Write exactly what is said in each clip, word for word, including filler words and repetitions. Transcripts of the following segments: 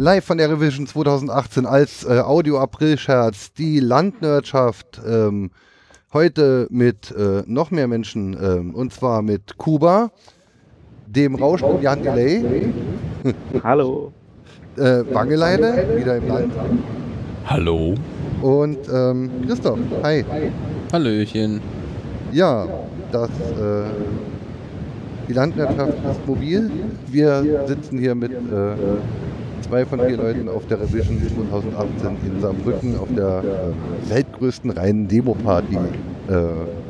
Live von der Revision zweitausendachtzehn als äh, Audio-April-Scherz, die Landwirtschaft, ähm, heute mit äh, noch mehr Menschen, ähm, und zwar mit Kuba, dem Rausch und Jan Delay. Hallo. äh, Wangeleide, wieder im Land. Hallo. Und ähm, Christoph, hi. Hallöchen. Ja, das, äh, die Landwirtschaft ist mobil. Wir sitzen hier mit äh, zwei von vier Leuten auf der Revision zweitausendachtzehn in Saarbrücken auf der äh, weltgrößten reinen Demo-Party. Äh,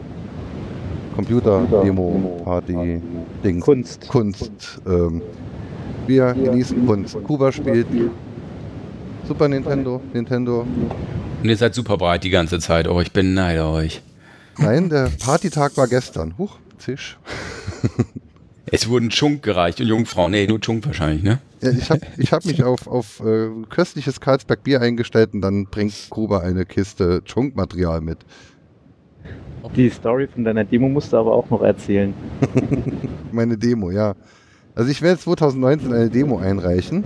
Computer-Demo-Party. Dings. Kunst. Kunst. Ähm, wir genießen Kunst. Kuba spielt Super Nintendo, Nintendo. Und ihr seid super breit die ganze Zeit. Oh, ich beneide euch. Nein, der Partytag war gestern. Huch, Zisch. Es wurden Chunk gereicht und Jungfrauen. Nee, nur Chunk wahrscheinlich, ne? Ja, ich habe ich hab mich auf, auf äh, köstliches Karlsberg Bier eingestellt und dann bringt Kuba eine Kiste Chunk-Material mit. Die Story von deiner Demo musst du aber auch noch erzählen. Meine Demo, ja. Also ich werde zweitausendneunzehn eine Demo einreichen.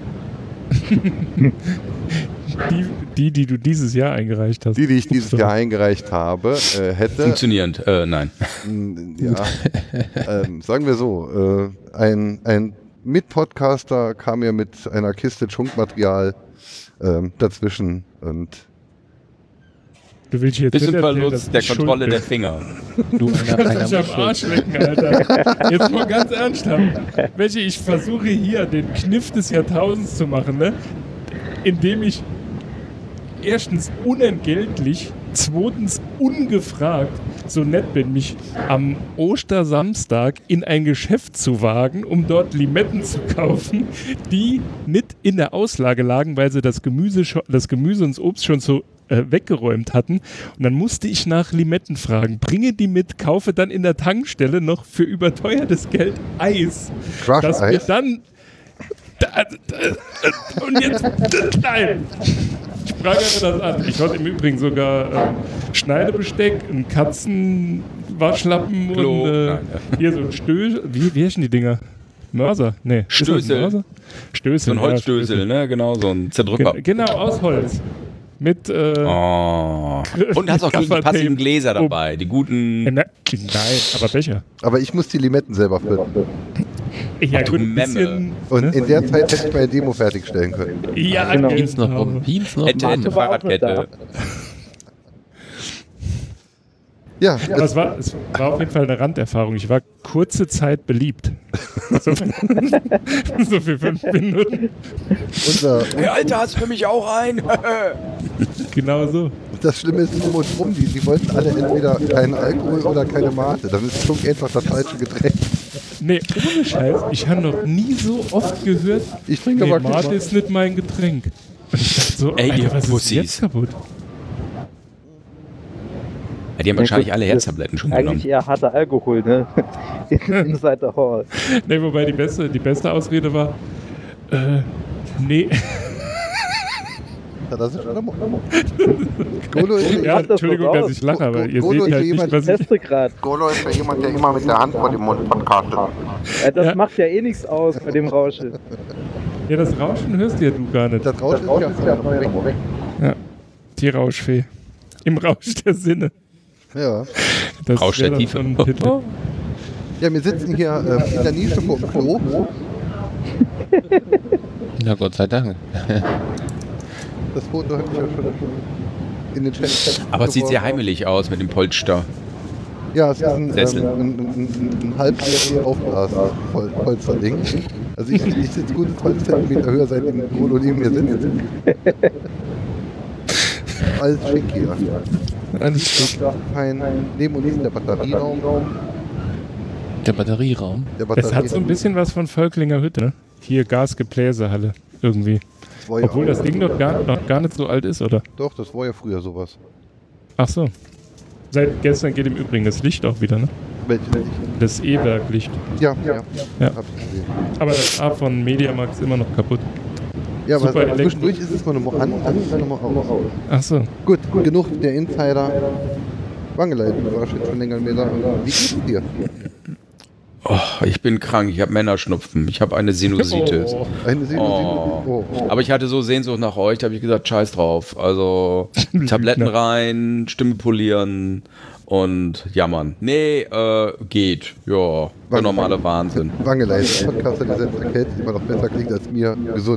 Die, die, die du dieses Jahr eingereicht hast. Die, die ich dieses Jahr eingereicht habe, äh, hätte... Funktionierend, äh, nein. Ja, ähm, sagen wir so, äh, ein, ein Mitpodcaster kam mir mit einer Kiste Chunk-Material ähm, dazwischen und... Du willst jetzt Bisschen erzählen, Verlust der Kontrolle der Finger. Du einer, Kannst einer dich am Arsch lecken, Alter. Jetzt mal ganz ernsthaft. Welche, ich versuche hier den Kniff des Jahrtausends zu machen, ne? Indem ich erstens unentgeltlich, zweitens ungefragt so nett bin, mich am Ostersamstag in ein Geschäft zu wagen, um dort Limetten zu kaufen, die nicht in der Auslage lagen, weil sie das Gemüse, schon, das Gemüse und das Obst schon so äh, weggeräumt hatten. Und dann musste ich nach Limetten fragen. Bringe die mit, kaufe dann in der Tankstelle noch für überteuertes Geld Eis. Crush dass wir Eis? dann da, da, und jetzt nein! Ich prangere das an. Ich hatte im Übrigen sogar ähm, Schneidebesteck, einen Katzenwaschlappen Klo. und äh, Nein, ja. hier so ein Stößel. Wie, wie heißen die Dinger? Mörser? Nee. Ist das ein Stößel. Mörser? Stößel. So ein ja, Holzstößel, ne? Genau, so ein Zerdrücker. Gen- Genau, aus Holz. Mit, äh, Oh. Und hast auch die Gaffertape. passiven Gläser dabei, die guten... äh, ne, nein, aber Becher. Aber ich muss die Limetten selber füttern. Ja, du gut, ein Memme. bisschen. Und ne? in der Zeit hätte ich meine Demo fertigstellen können. Ja, Genau. Beans noch rum. Beans noch Hätte, rum. hätte war auch mit Fahrradkette. Ja, Aber es war, es war auf jeden Fall eine Randerfahrung. Ich war kurze Zeit beliebt. So, so für fünf Minuten. unser, Hey, Alter, hast du für mich auch ein? Genau so. das Schlimme ist um uns rum, die, die wollten alle entweder keinen Alkohol oder keine Mate. Dann ist Chunk einfach das falsche Getränk. Nee, ohne Scheiß. Ich habe noch nie so oft gehört, Ich trinke nee, aber Mate keinen ist nicht mein Getränk. Und ich dachte so, Ey, ihr Alter, was ist Pussys. jetzt kaputt? Ja, die haben wahrscheinlich alle Herztabletten schon genommen. Eigentlich eher harter Alkohol, ne? Inside the Hall. Nee, wobei die beste, die beste Ausrede war, äh, nee. Ja, das ist schon Golo ist, Ja, Mach das Entschuldigung, doch dass aus. ich lache, aber ihr Golo seht ist halt jemand, nicht, was ich... Teste gerade. Golo ist ja jemand, der immer mit der Hand vor dem Mund podcastet. Äh, das Ja. macht ja eh nichts aus bei dem Rauschen. Ja, das Rauschen hörst du ja du gar nicht. Das Rausch ist ja von der weg. Ja, die Rauschfee. Im Rausch der Sinne. Ja. Das Rausch wär der dann Tiefe. schon ein Titel. Ja, wir sitzen hier äh, in der Nische vor dem Klo. Ja, Gott sei Dank. Das Foto habe ich ja schon in den Chat. Aber es sieht sehr geworfen. heimelig aus mit dem Polster. Ja, es ist ein, ähm, Sessel. ein, ein, ein, ein halbjähriges Aufblas-Polsterding. Also ich, ich sitze gute zwanzig Zentimeter höher, seitdem Golo neben mir sitzt. Alles schick hier. Alles gut. Kein, neben uns ist der Batterieraum. Der Batterieraum. Der Es hat so ein bisschen was von Völklinger Hütte, ne? Hier Gasgebläsehalle irgendwie. Das war ja Obwohl auch- das Ding noch gar, noch gar nicht so alt ist, oder? Doch, das war ja früher sowas. Ach so. Seit gestern geht im Übrigen das Licht auch wieder, ne? Welche? Das E-Werk-Licht. Ja, ja, Ja. hab ich gesehen. Aber das A von Mediamarkt ist immer noch kaputt. Ja, aber Super zwischendurch ist es mal nochmal an, dann ist es nochmal aus. Ach so. Gut, genug der Insider. Wangeleiten, du warst jetzt schon länger mehr da. Wie geht's dir? Oh, ich bin krank, ich habe Männerschnupfen, ich habe eine Sinusitis. Oh. Eine Sinusitis. Oh. Oh. Oh. Aber ich hatte so Sehnsucht nach euch, da habe ich gesagt, scheiß drauf. Also Tabletten rein, Stimme polieren und jammern. Nee, äh, geht. Ja, der normale Wahnsinn. Wangeleid, der Podcast hat selbst erkältet immer noch besser klingt als mir gesund.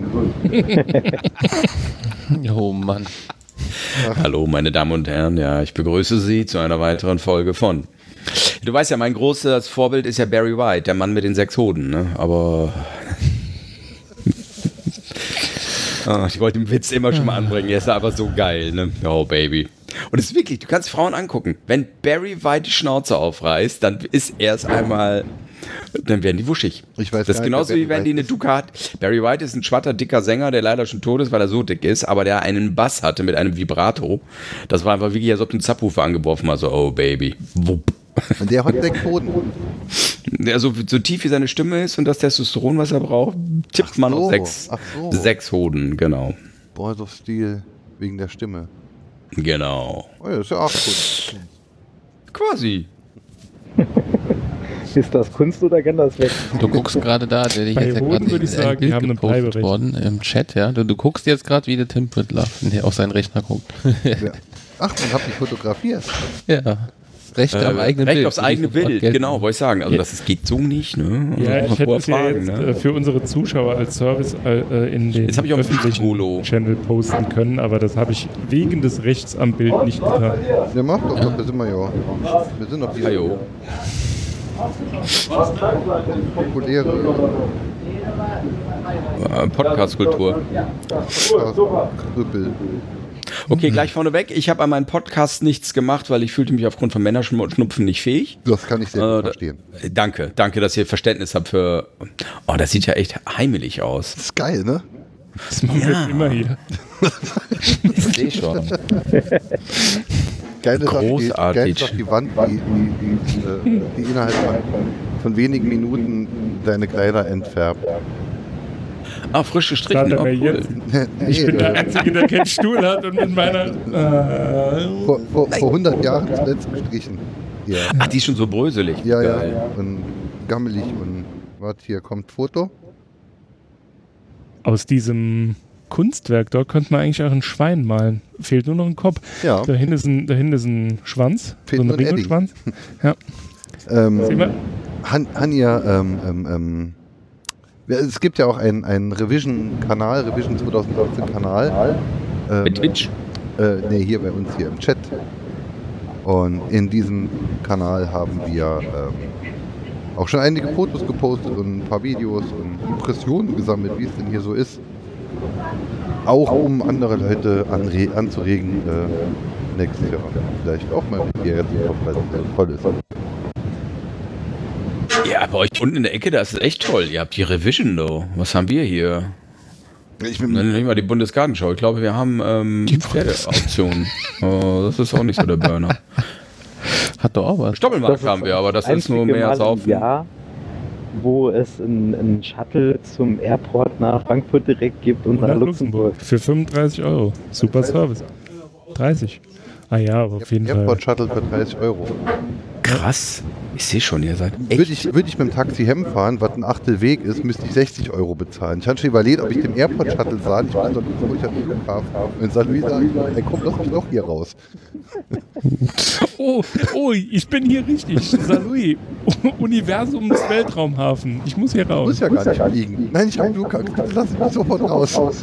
Oh Mann. Hallo, meine Damen und Herren, ja, ich begrüße Sie zu einer weiteren Folge von. Du weißt ja, mein großes Vorbild ist ja Barry White, der Mann mit den sechs Hoden, ne? Aber oh, ich wollte den Witz immer schon mal anbringen, der ist aber so geil, ne? Oh, Baby. Und es ist wirklich, du kannst Frauen angucken. Wenn Barry White die Schnauze aufreißt, dann ist erst einmal, dann werden die wuschig. Ich weiß das ist gar nicht, genauso wer wie wenn die eine Ducat. Barry White ist ein schwatter, dicker Sänger, der leider schon tot ist, weil er so dick ist, aber der einen Bass hatte mit einem Vibrato. Das war einfach wirklich, als ob du einen Subwoofer angeworfen hast. So, oh, Baby. Wupp. Und der hat sechs Hoden. Der so, so tief wie seine Stimme ist und das Testosteron, was er braucht, tippt Ach man so, auf sechs, ach so. sechs Hoden, genau. Boys of Steel, wegen der Stimme. Genau. Oh ja, ist ja auch gut. Quasi. Ist das Kunst oder kann das weg? Du guckst gerade da, der dich Bei jetzt ja Hoden gerade würde ich ein sagen, die Bild haben ein gepostet Bleiberecht. worden im Chat, ja. Du, du guckst jetzt gerade, wie der Tim Prittler auf seinen Rechner guckt. Ja. Ach, man hat mich fotografiert. Ja. Recht Äh, am eigenen Recht Bild. aufs eigene Bild, Geld. genau, wollte ich sagen. Also das ist, geht so nicht, ne? Also Ja, muss man ich hätte vorher es ja fragen, jetzt ne? äh, für unsere Zuschauer als Service äh, in den Jetzt hab ich auch einen öffentlichen Polo. Channel posten können, aber das habe ich wegen des Rechts am Bild nicht getan. Ja, mach doch, doch, wir sind wir ja. Wir sind doch die Hallo. populäre Äh, Podcast-Kultur. Podcast-Krüppel. Okay, gleich vorneweg. Ich habe an meinem Podcast nichts gemacht, weil ich fühlte mich aufgrund von Männerschnupfen nicht fähig. Das kann ich sehr gut Äh, da- verstehen. Danke, danke, dass ihr Verständnis habt für... Oh, das sieht ja echt heimelig aus. Das ist geil, ne? Das machen wir jetzt immer hier. Ich sehe schon. Geile Sache, die, Großartig. geile Sache, die Wand, die, die, die, äh, die innerhalb von, von wenigen Minuten deine Kleider entfärbt. Ah, frisch gestrichen. Sagt er Oh, mir cool. jetzt. Nee, Ich bin äh, der Einzige, der keinen Stuhl hat und mit meiner... Äh, vor, vor, vor hundert Jahren zuletzt gestrichen. Ja, Ach, die ist schon so bröselig. ja, Geil. ja. Und gammelig und warte, hier kommt Foto. aus diesem Kunstwerk dort könnte man eigentlich auch ein Schwein malen. Fehlt nur noch ein Kopf. Ja. Da hinten ist ein, da hinten ist ein Schwanz. Fehlt so ein nur ein Edding. Ringelschwanz. Ja. Ähm, Sieh mal. Han, Hanja, ähm, ähm, ähm, ja, es gibt ja auch einen, einen Revision-Kanal, Revision zwanzig achtzehn-Kanal. Ähm, Bei Twitch? Äh, nee, hier bei uns hier im Chat. Und in diesem Kanal haben wir ähm, auch schon einige Fotos gepostet und ein paar Videos und Impressionen gesammelt, wie es denn hier so ist. Auch um andere Leute anre anzuregen, äh, nächstes Jahr vielleicht auch mal mit hierher zu kommen, weil es so toll ist. Ja, bei euch unten in der Ecke, das ist echt toll. Ihr habt die Revision, though. Was haben wir hier? Ich bin, Dann nehmen wir die Bundesgartenschau. Ich glaube, wir haben ähm, Die Pferdeauktionen. Oh, das ist auch nicht so der Burner. Hat doch auch was. Stoppelmarkt haben wir, aber das ist nur einzige mehr Mal im Saufen. Jahr, wo es einen Shuttle zum Airport nach Frankfurt direkt gibt und nach nach Luxemburg. Für fünfunddreißig Euro. Super Service. dreißig. Ah ja, aber auf jeden Fall. Airport Shuttle für dreißig Euro. Krass. Ich sehe schon, ihr seid Würde echt... ich, würd ich mit dem Taxi heimfahren, was ein Achtel Weg ist, müsste ich sechzig Euro bezahlen. Ich hatte schon überlegt, ob ich dem Airport Shuttle sah. Ich bin doch nicht so, ich hatte einen Flughafen. Und San Luis sagt, ey komm, lass mich doch hier raus. Oh, oh, ich bin hier richtig. Salui. Universums Weltraumhafen. Ich muss hier Ich raus. muss ja gar nicht fliegen. Nein, ich habe Flughafen. Lass mich sofort raus.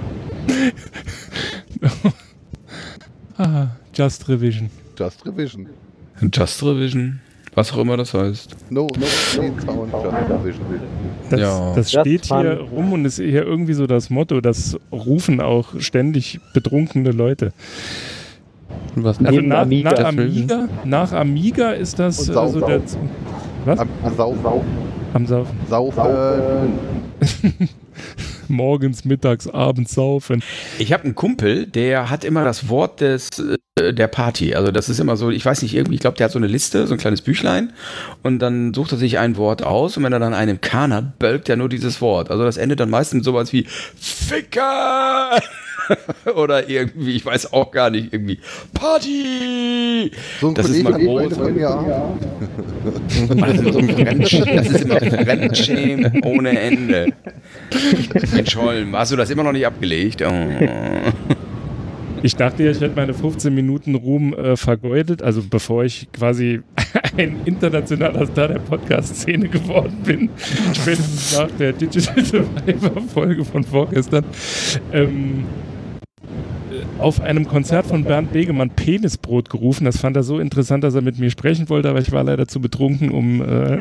Ah, Just Revision. Just Revision. Just Revision. Was auch immer das heißt. No, no, clean sound, Just Revision. Das, Ja. das Just steht hier fun. rum und ist hier irgendwie so das Motto, das rufen auch ständig betrunkene Leute. Was Also Neben nach Amiga. nach Amiga, nach Amiga ist das Und äh, so Saufen. der... Was? Am, am Saufen. Am Saufen. Saufen. Morgens, mittags, abends saufen. Ich habe einen Kumpel, der hat immer das Wort des äh, der Party. Also das ist immer so, ich weiß nicht, irgendwie, ich glaube, der hat so eine Liste, so ein kleines Büchlein und dann sucht er sich ein Wort aus und wenn er dann einen im Kahn hat, bölkt er nur dieses Wort. Also das endet dann meistens sowas wie Ficker. oder irgendwie, ich weiß auch gar nicht, irgendwie Party! So ein das Kollege ist mal hat groß. von mir auch. Das ist immer so Fremdschämen, das ist immer Fremdschämen ohne Ende. Mensch, Holm, hast du das immer noch nicht abgelegt? Oh. Ich dachte ja, ich hätte meine fünfzehn Minuten Ruhm äh, vergeudet, also bevor ich quasi ein internationaler Star der Podcast-Szene geworden bin, spätestens nach der Digital Survivor-Folge von vorgestern, ähm, auf einem Konzert von Bernd Begemann Penisbrot gerufen. Das fand er so interessant, dass er mit mir sprechen wollte, aber ich war leider zu betrunken, um, äh,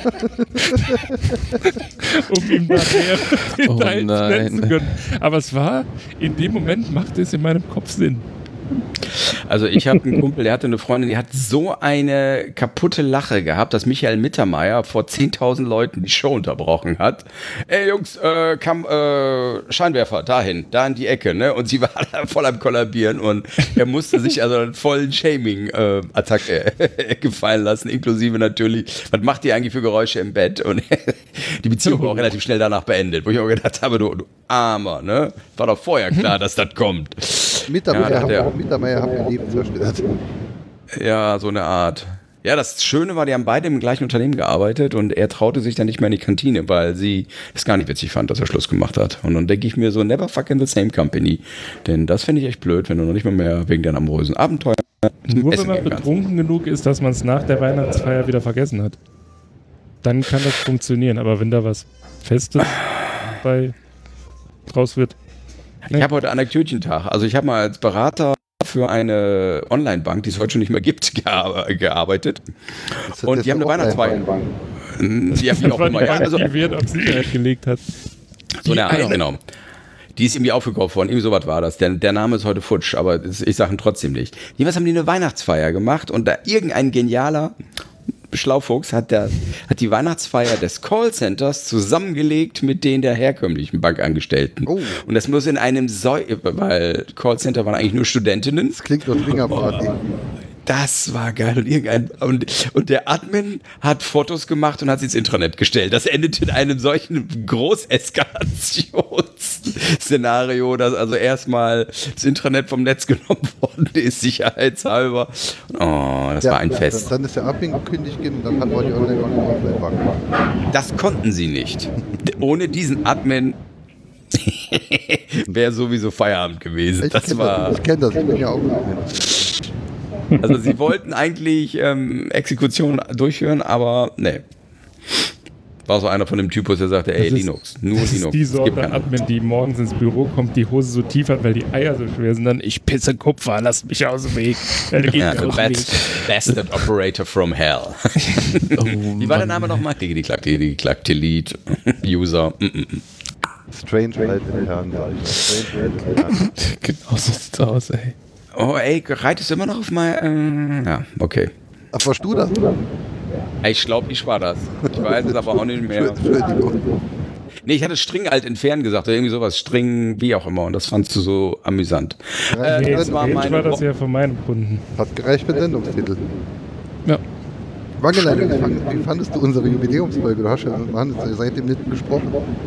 um ihm da mehr Oh Details nennen zu nein. können. Aber es war, in dem Moment machte es in meinem Kopf Sinn. Also ich habe einen Kumpel, der hatte eine Freundin, die hat so eine kaputte Lache gehabt, dass Michael Mittermeier vor zehntausend Leuten die Show unterbrochen hat. Ey Jungs, äh, kam, äh, Scheinwerfer dahin, da in die Ecke, ne? Und sie war da voll am Kollabieren und er musste sich also einen vollen Shaming-Attacke äh, gefallen lassen, inklusive natürlich, was macht ihr eigentlich für Geräusche im Bett? Und die Beziehung war auch relativ schnell danach beendet, wo ich auch gedacht habe, du, du Armer, ne? War doch vorher klar, dass das kommt. Mittermeier Ja, hat der- auch Mittermeier hat ihr Leben zerstört. Ja, so eine Art. Ja, das Schöne war, die haben beide im gleichen Unternehmen gearbeitet und er traute sich dann nicht mehr in die Kantine, weil sie es gar nicht witzig fand, dass er Schluss gemacht hat. Und dann denke ich mir so, never fuck in the same company. Denn das finde ich echt blöd, wenn du noch nicht mal mehr wegen deinen amorösen Abenteuer Nur essen wenn man gehen kannst. betrunken genug ist, dass man es nach der Weihnachtsfeier wieder vergessen hat. Dann kann das funktionieren. Aber wenn da was Festes bei draus wird. Ich habe heute Anekdötchentag. Also ich habe mal als Berater für eine Online-Bank, die es heute schon nicht mehr gibt, gear- gearbeitet. Das Und ist die haben eine jetzt Weihnachtsfeier. Ja, wie Das auch war die immer. Ja, Bank, also, die Wert auf Sicherheit gelegt hat. so eine Art, Die- genau. Die ist irgendwie aufgekauft worden, irgendwie sowas war das. Der, der Name ist heute futsch, aber das, ich sage ihn trotzdem nicht. Jedenfalls haben die eine Weihnachtsfeier gemacht und da irgendein genialer Schlaufuchs hat, der, hat die Weihnachtsfeier des Callcenters zusammengelegt mit denen der herkömmlichen Bankangestellten. Oh. Und das muss in einem Säu... weil Callcenter waren eigentlich nur Studentinnen. Das klingt doch Fingerparty. Das war geil. Und, irgendein, und, und der Admin hat Fotos gemacht und hat sie ins Intranet gestellt. Das endet in einem solchen Großeskalationsszenario, dass also erstmal das Intranet vom Netz genommen worden ist, sicherheitshalber. Oh, das war ein Fest. Dann ist der Admin gekündigt und dann hat man die Online-Bank. Das konnten sie nicht. Ohne diesen Admin wäre sowieso Feierabend gewesen. Ich Das kenne war... das, ich kenn das, ich bin ja auch Admin. Also sie wollten eigentlich ähm, Exekution durchführen, aber nee. War so einer von dem Typus, der sagte, ey, Das ist- Linux, nur Das Linux. ist die es gibt Sorte keinen Admin, die morgens ins Büro kommt, die Hose so tief hat, weil die Eier so schwer sind. Dann, ich pisse Kupfer, lass mich aus dem Weg. Äh, geht Ja, mir the aus dem Weg. best, bastard operator from hell. Oh, Wie war der Name nochmal? Digi, klack, digi, klack, delete, User. Mm, mm, mm. Strange Welt intern, sag ich. Strange Welt intern. Genau so sieht's aus, ey. Oh, ey, reitest du immer noch auf mein... Äh, ja, okay. Ach, warst du das? Ey, ich glaube, ich war das. Ich weiß es aber auch nicht mehr. Entschuldigung. Nee, ich hatte String alt entfernen gesagt oder irgendwie sowas. String, wie auch immer. Und das fandst du so amüsant. Äh, Nee, das war Range meine war das Wo- ja von meinem Kunden. Hat gereicht mit Sendungstitel. Ja. Wangelein, wie, fand, wie fandest du unsere Jubiläumsfolge? Du hast ja wir haben jetzt seitdem nicht gesprochen.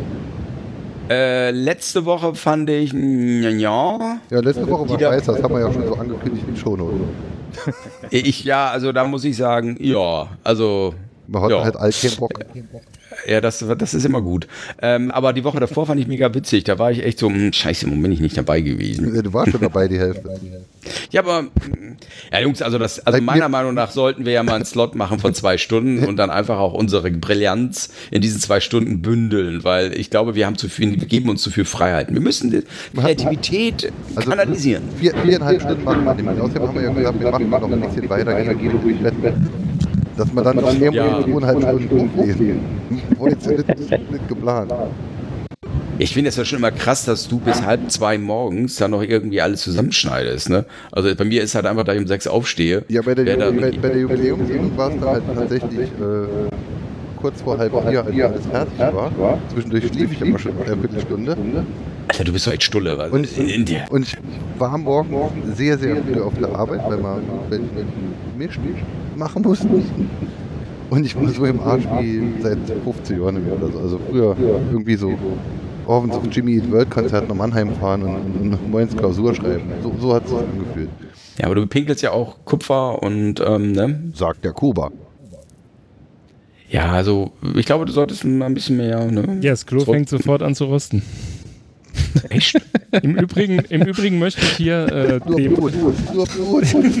Äh, letzte Woche fand ich, ja, ja. Ja, letzte Woche war Die da- scheiße, das haben wir ja schon so angekündigt in Shownotes. Ich, ja, also da muss ich sagen, ja, also, Man hat ja. halt all keinen Bock. Ja, das, das ist immer gut. Ähm, aber die Woche davor fand ich mega witzig. Da war ich echt so, hm, scheiße, warum bin ich nicht dabei gewesen? Du warst schon dabei, die Hälfte. Ja, aber, hm, ja, Jungs, also das, also Bei meiner mir- Meinung nach sollten wir ja mal einen Slot machen von zwei Stunden und dann einfach auch unsere Brillanz in diesen zwei Stunden bündeln, weil ich glaube, wir haben zu viel, wir geben uns zu viel Freiheiten. Wir müssen die Kreativität Also- kanalisieren. Vier, viereinhalb Stunden machen wir nämlich. Außerdem haben wir ja gesagt, wir machen mal noch ein bisschen weiter, gehen wir durch Bett. Dass wir dann noch mehr Ja. zweieinhalb Stunden hochlesen. War jetzt nicht, nicht geplant. Ich finde es ja schon immer krass, dass du bis halb zwei morgens dann noch irgendwie alles zusammenschneidest. Ne? Also bei mir ist halt einfach, da ich um sechs aufstehe. Ja, bei der, wer da bei, wirklich- bei der Jubiläumssendung war es dann halt tatsächlich äh, kurz vor halb vier, als alles fertig war. Zwischendurch schlief ich immer schon eine Viertelstunde. Alter, du bist so echt Stulle. Was? Und, in, in dir. und ich war morgen sehr, sehr früh auf der Arbeit, weil wir Misch machen mussten. Und ich war so im Arsch wie seit fünfzehn Jahren oder so. Also früher irgendwie so abends auf ein Jimmy Eat World Konzert nach Mannheim fahren und, und, und morgens Klausur schreiben. So, so hat es sich angefühlt. Ja, aber du pinkelst ja auch Kupfer und, ähm, ne? Sagt der Kuba. Ja, also, ich glaube, du solltest mal ein bisschen mehr, ne? Ja, das Klo Zurück- fängt sofort an zu rosten. Echt? Im Übrigen, im Übrigen möchte ich hier äh, Nur dem, Blut, nur Blut.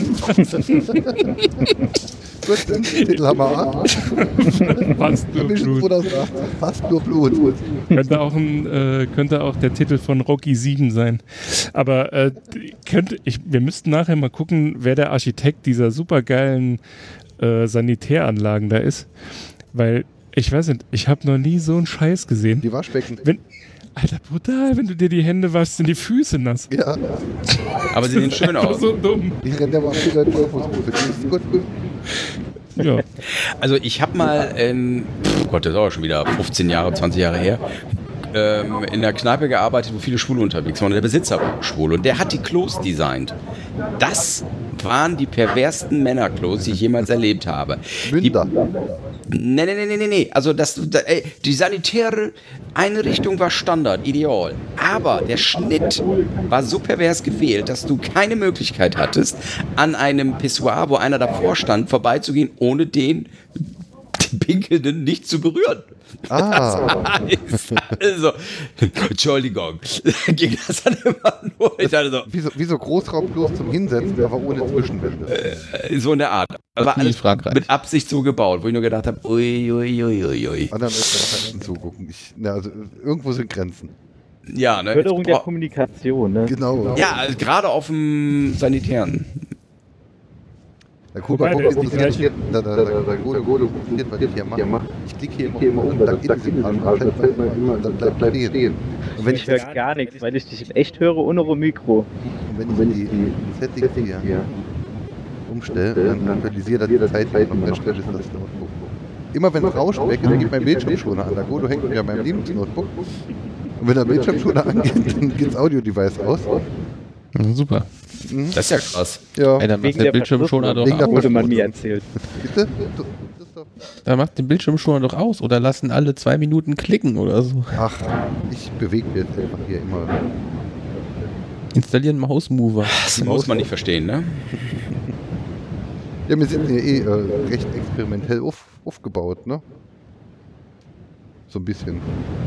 Gut, den Titel haben wir an. fast nur Mission Blut. zweitausendachtzehn, fast nur Blut. Könnte auch, ein, äh, könnte auch der Titel von Rocky sieben sein. Aber äh, könnte, ich, wir müssten nachher mal gucken, wer der Architekt dieser supergeilen äh, Sanitäranlagen da ist. Weil, ich weiß nicht, ich habe noch nie so einen Scheiß gesehen. Die Waschbecken. Wenn, Alter, brutal, wenn du dir die Hände waschst, sind die Füße nass. Ja, Aber sie sehen schön aus. So dumm. ich renne ja mal viele Teufelsrufe. Das ist gut. Ja. Also ich habe mal, in, oh Gott, das ist auch schon wieder fünfzehn Jahre, zwanzig Jahre her, ähm, in einer Kneipe gearbeitet, wo viele Schwule unterwegs waren. Und der Besitzer war schwul und der hat die Klos designt. Das waren die perversten Männerklos, die ich jemals erlebt habe. Die, Münder. Nee, nee, nee, nee, nee. Also das, da, ey, die sanitäre Einrichtung war Standard, ideal. Aber der Schnitt war so pervers gewählt, dass du keine Möglichkeit hattest, an einem Pissoir, wo einer davor stand, vorbeizugehen, ohne den, den Pinkelnden nicht zu berühren. Ah, Also, Entschuldigung, ging das dann immer nur. Ich dachte so, wie so, wie so Großraumklos zum Hinsetzen, aber ohne Zwischenwände. äh, so in der Art. Das war Nie alles Frankreich. mit Absicht so gebaut, wo ich nur gedacht habe, ui, ui, ui, ui, ui. Anderen Österreichern zugucken. Ich, na, also, irgendwo sind Grenzen. Ja, ne? Förderung jetzt der bra- Kommunikation, ne? Genau. Ja, also gerade auf dem Sanitären. Der Kuba Wobei, guckt der ist die interessiert, da, da, da, da, Gode, Gode, interessiert, was ich hier mache. Ich klicke hier immer um, dann geht es im Arsch, dann fällt man immer, dann bleibt man stehen. Und wenn Ich ich, höre gar nichts, weil ich dich in echt höre ohne Mikro. und wenn ich die Settings hier umstelle, dann aktualisiert er die Zeit hier noch, dann stelle ich das Notebook. Immer wenn es rauscht weg ist, dann geht mein Bildschirmschoner an. Der Godo hängt mir an meinem Lieblingsnotebook. Und wenn der Bildschirmschoner angeht, dann geht das Audio-Device aus. Ja, super. Das ist ja krass. Ja, Ey, dann macht Wegen der der Bildschirmschoner doch Wegen der aus. Wurde man mir erzählt. bitte? Du- das ist doch- Dann macht den Bildschirmschoner doch aus oder lassen alle zwei Minuten klicken oder so. Ach, ich bewege mich jetzt einfach hier immer. Installieren Mausmover. Das muss man nicht verstehen, ne? Ja, wir sind hier eh äh, recht experimentell auf, aufgebaut, ne? So ein bisschen.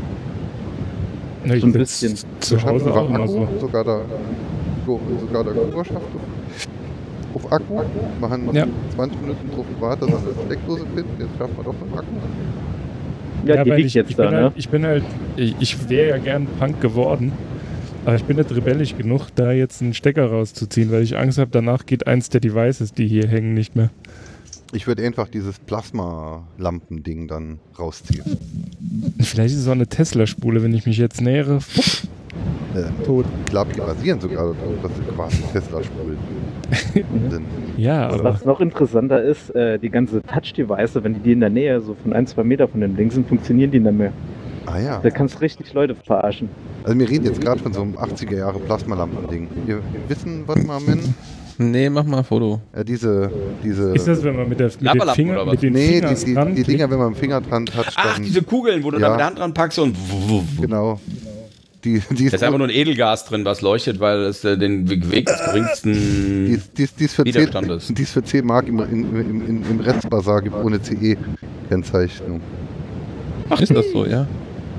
Na, ich So ein sitz bisschen. zu Hause auch immer so. Sogar der, so, sogar der Kuba schafft auf, auf Akku. Wir haben Ja. zwanzig Minuten drauf gewartet, dass wir eine Steckdose finden. Jetzt schaffen wir doch mit dem Akku. Ja, die weil liegt ich, jetzt ich da, bin ne? Halt, ich bin halt, ich, ich wäre ja gern Punk geworden, aber ich bin nicht rebellisch genug, da jetzt einen Stecker rauszuziehen, weil ich Angst habe, danach geht eins der Devices, die hier hängen, nicht mehr. Ich würde einfach dieses Plasma-Lampen-Ding dann rausziehen. Vielleicht ist es auch eine Tesla-Spule, wenn ich mich jetzt nähere. Äh, Tot. ich glaube, die basieren sogar darauf, dass sie quasi Tesla-Spulen sind. Ja, aber Was noch interessanter ist, äh, die ganze Touch-Device, wenn die, die in der Nähe so von ein, zwei Meter von dem Ding sind, funktionieren die nicht mehr. Ah ja. Da kannst du richtig Leute verarschen. Also wir reden jetzt gerade von so einem achtziger Jahre Plasmalampen-Ding. Wir wissen, was wir meinen. Nee, mach mal ein Foto. Ja, diese, diese. ist das, wenn man mit, der, mit den Laberlappen Fingern, oder was? mit den nee, Fingern die, die, dran die klickt? Dinger, wenn man mit dem Finger dran toucht, Ach, dann. diese Kugeln, wo du Ja. da mit der Hand dran packst und Genau. Die, die da ist einfach nur ein Edelgas drin, was leuchtet, weil es äh, den Weg des die, geringsten... ist- die, ist- die, ist für zehn, Widerstand ist. die ist für zehn Mark im, im, im, im, im Restbazar gibt ohne C E-Kennzeichnung. Ist das so, ja?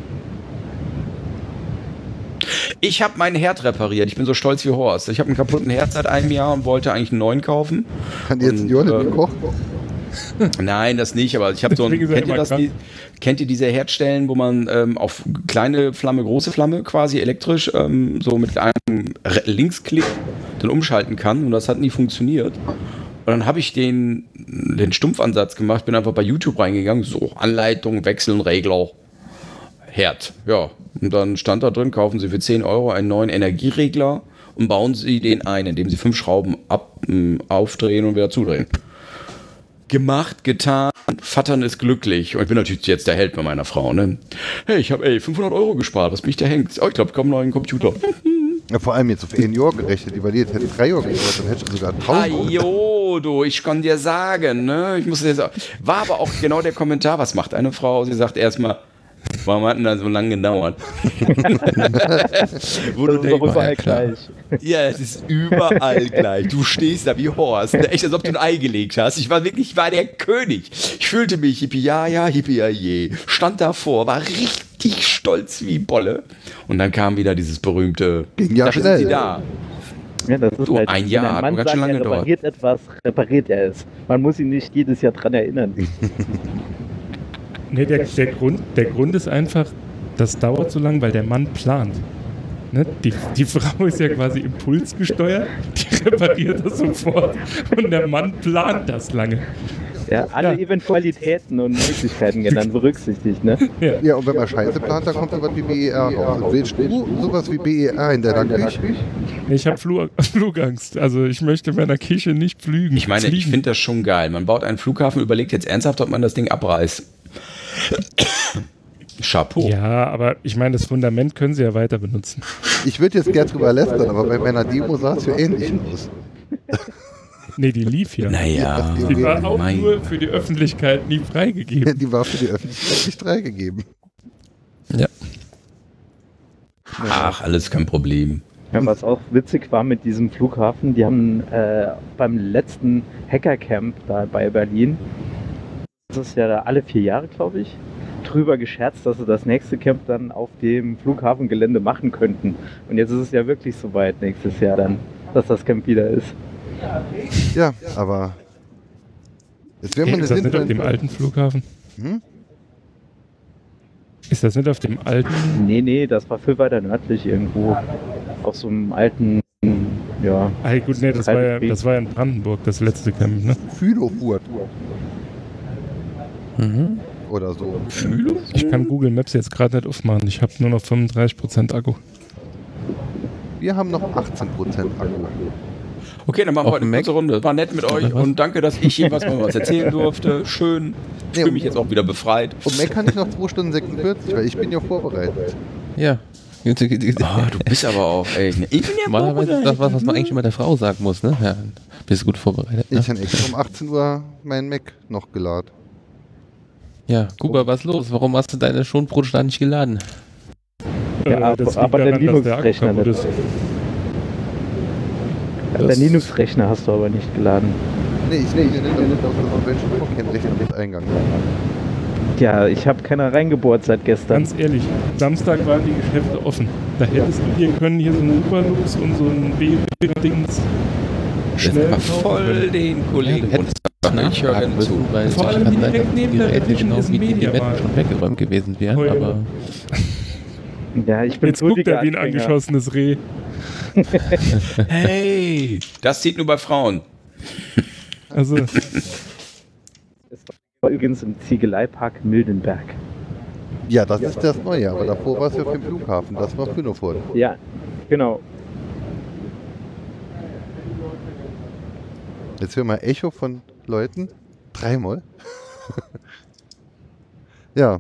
Ich habe meinen Herd repariert. Ich bin so stolz wie Horst. Ich habe einen kaputten Herd seit einem Jahr und wollte eigentlich einen neuen kaufen. Kann die jetzt Und, Jolle äh, gekocht? Nein, das nicht, aber ich habe so ein. Deswegen ist er Kennt ihr, immer das, krank. die, kennt ihr diese Herdstellen, wo man ähm, auf kleine Flamme, große Flamme quasi elektrisch ähm, so mit einem Re- Linksklick dann umschalten kann und das hat nie funktioniert. Und dann habe ich den, den Stumpfansatz gemacht, bin einfach bei YouTube reingegangen, so Anleitung, Wechseln, Regler, Herd. Ja, und dann stand da drin, kaufen Sie für zehn Euro einen neuen Energieregler und bauen Sie den ein, indem Sie fünf Schrauben ab, ähm, aufdrehen und wieder zudrehen. Gemacht, getan, Vattern ist glücklich. Und ich bin natürlich jetzt der Held bei meiner Frau, ne? Hey, ich habe ey fünfhundert Euro gespart, was bin ich der Hengst? Oh, ich glaube, ich komme einen neuen Computer. Ja, vor allem jetzt auf ein Jahr gerechnet. Überlegt, hätte drei Jahre gedauert, dann hätte ich sogar tausend Euro. Ajo, du, ich kann dir sagen, ne? Ich muss dir sagen, war aber auch genau der Kommentar, was macht eine Frau? Sie sagt erstmal, Warum hat denn das so lange gedauert? Wo Das du ist doch denkst, überall ja, klar. gleich. ja, es ist überall gleich. Du stehst da wie Horst. Ne? Echt, als ob du ein Ei gelegt hast. Ich war wirklich, ich war der König. Ich fühlte mich hippie ja, ja, hippie ja je. Stand davor, war richtig stolz wie Bolle. Und dann kam wieder dieses berühmte, Ging ja da sind schnell. sie da. Ja, das ist Du, halt, ein wenn Jahr, ein hat Mann ganz schön sagt, lange er gedauert. repariert etwas, repariert er es. Man muss ihn nicht jedes Jahr dran erinnern. Nee, der, der, Grund, der Grund ist einfach, das dauert so lang, weil der Mann plant. Ne? Die, die Frau ist ja quasi impulsgesteuert, die repariert das sofort und der Mann plant das lange. Ja, alle Ja. Eventualitäten und Möglichkeiten werden dann berücksichtigt, ne? Ja. Ja, und wenn man Scheiße plant, dann kommt sowas wie B E R raus. Und willst du sowas wie B E R in deiner Küche? Ich habe Flu Flugangst, also ich möchte meiner Küche nicht flügen. Ich meine, ich fliegen. finde das schon geil. Man baut einen Flughafen, überlegt jetzt ernsthaft, ob man das Ding abreißt. Chapeau. Ja, aber ich meine, das Fundament können sie ja weiter benutzen. Ich würde jetzt gern drüber lästern, aber bei meiner Demo sah es ja ähnlich aus. Nee, die lief ja. Naja, Die war auch mein- nur für die Öffentlichkeit nie freigegeben. Die war für die Öffentlichkeit nicht freigegeben. Ja. Ach, alles kein Problem. Ja, was auch witzig war mit diesem Flughafen, die haben äh, beim letzten Hackercamp da bei Berlin, das ist ja da alle vier Jahre, glaube ich, drüber gescherzt, dass sie das nächste Camp dann auf dem Flughafengelände machen könnten. Und jetzt ist es ja wirklich soweit nächstes Jahr dann, dass das Camp wieder ist. Ja, aber jetzt wäre man Ist das nicht auf dem alten Flughafen? Hm? Ist das nicht auf dem alten? Nee, nee, das war viel weiter nördlich irgendwo. Auf so einem alten, ja. Ah, gut, nee, das war, ja, das war ja in Brandenburg, das letzte Camp, ne? Fülofurt Mhm. oder so. Ich kann Google Maps jetzt gerade nicht aufmachen. Ich habe nur noch fünfunddreißig Prozent Akku. Wir haben noch achtzehn Prozent Akku. Okay, dann machen wir Auf heute dem eine Mac? kurze Runde. War nett mit euch Oder was? und danke, dass ich hier was mal was erzählen durfte. Schön. Ich fühle mich jetzt auch wieder befreit. Und Mac kann ich noch zwei Stunden sechsundvierzig, weil ich bin ja vorbereitet. Ja. Ah, du bist aber auch, ey. Ich bin ja Normalerweise ist das was, was man eigentlich immer der Frau sagen muss, ne? Ja, bist du gut vorbereitet. Ne? Ich habe extra um achtzehn Uhr meinen Mac noch geladen. Ja, Kuba, was ist los? Warum hast du deine Schonbrot da nicht geladen? Ja, aber- das liegt aber der daran, dass der Akku Linux-Rechner kaputt nicht. ist. Der Das- Linux-Rechner hast du aber nicht geladen. Nee, ich nehme nicht auf das Convention kein Rechner mit Eingang. Ja, ich habe keiner reingebohrt seit gestern. Ganz ehrlich, Samstag waren die Geschäfte offen. Da hättest du dir können hier so einen Superlux und so ein B W-Dings schnell war kaufen voll können. den Kollegen. Ja, du hättest und ich höre gerne zu. Weil Vor es allem kann die sein, direkt dass die neben der Geräte Division genau ist ein wie die Mediamarkt. Metten schon weggeräumt gewesen wären, Heute. aber Ja, ich bin Jetzt guckt blutiger er wie ein Anfänger. angeschossenes Reh. Hey, das zieht nur bei Frauen. Also, Es war übrigens im Ziegeleipark Mildenberg. Ja, das ist das Neue, aber davor war es ja auf dem Flughafen. Das war Fülofurt. Ja, genau. Jetzt hören wir Echo von Leuten. Dreimal. Ja.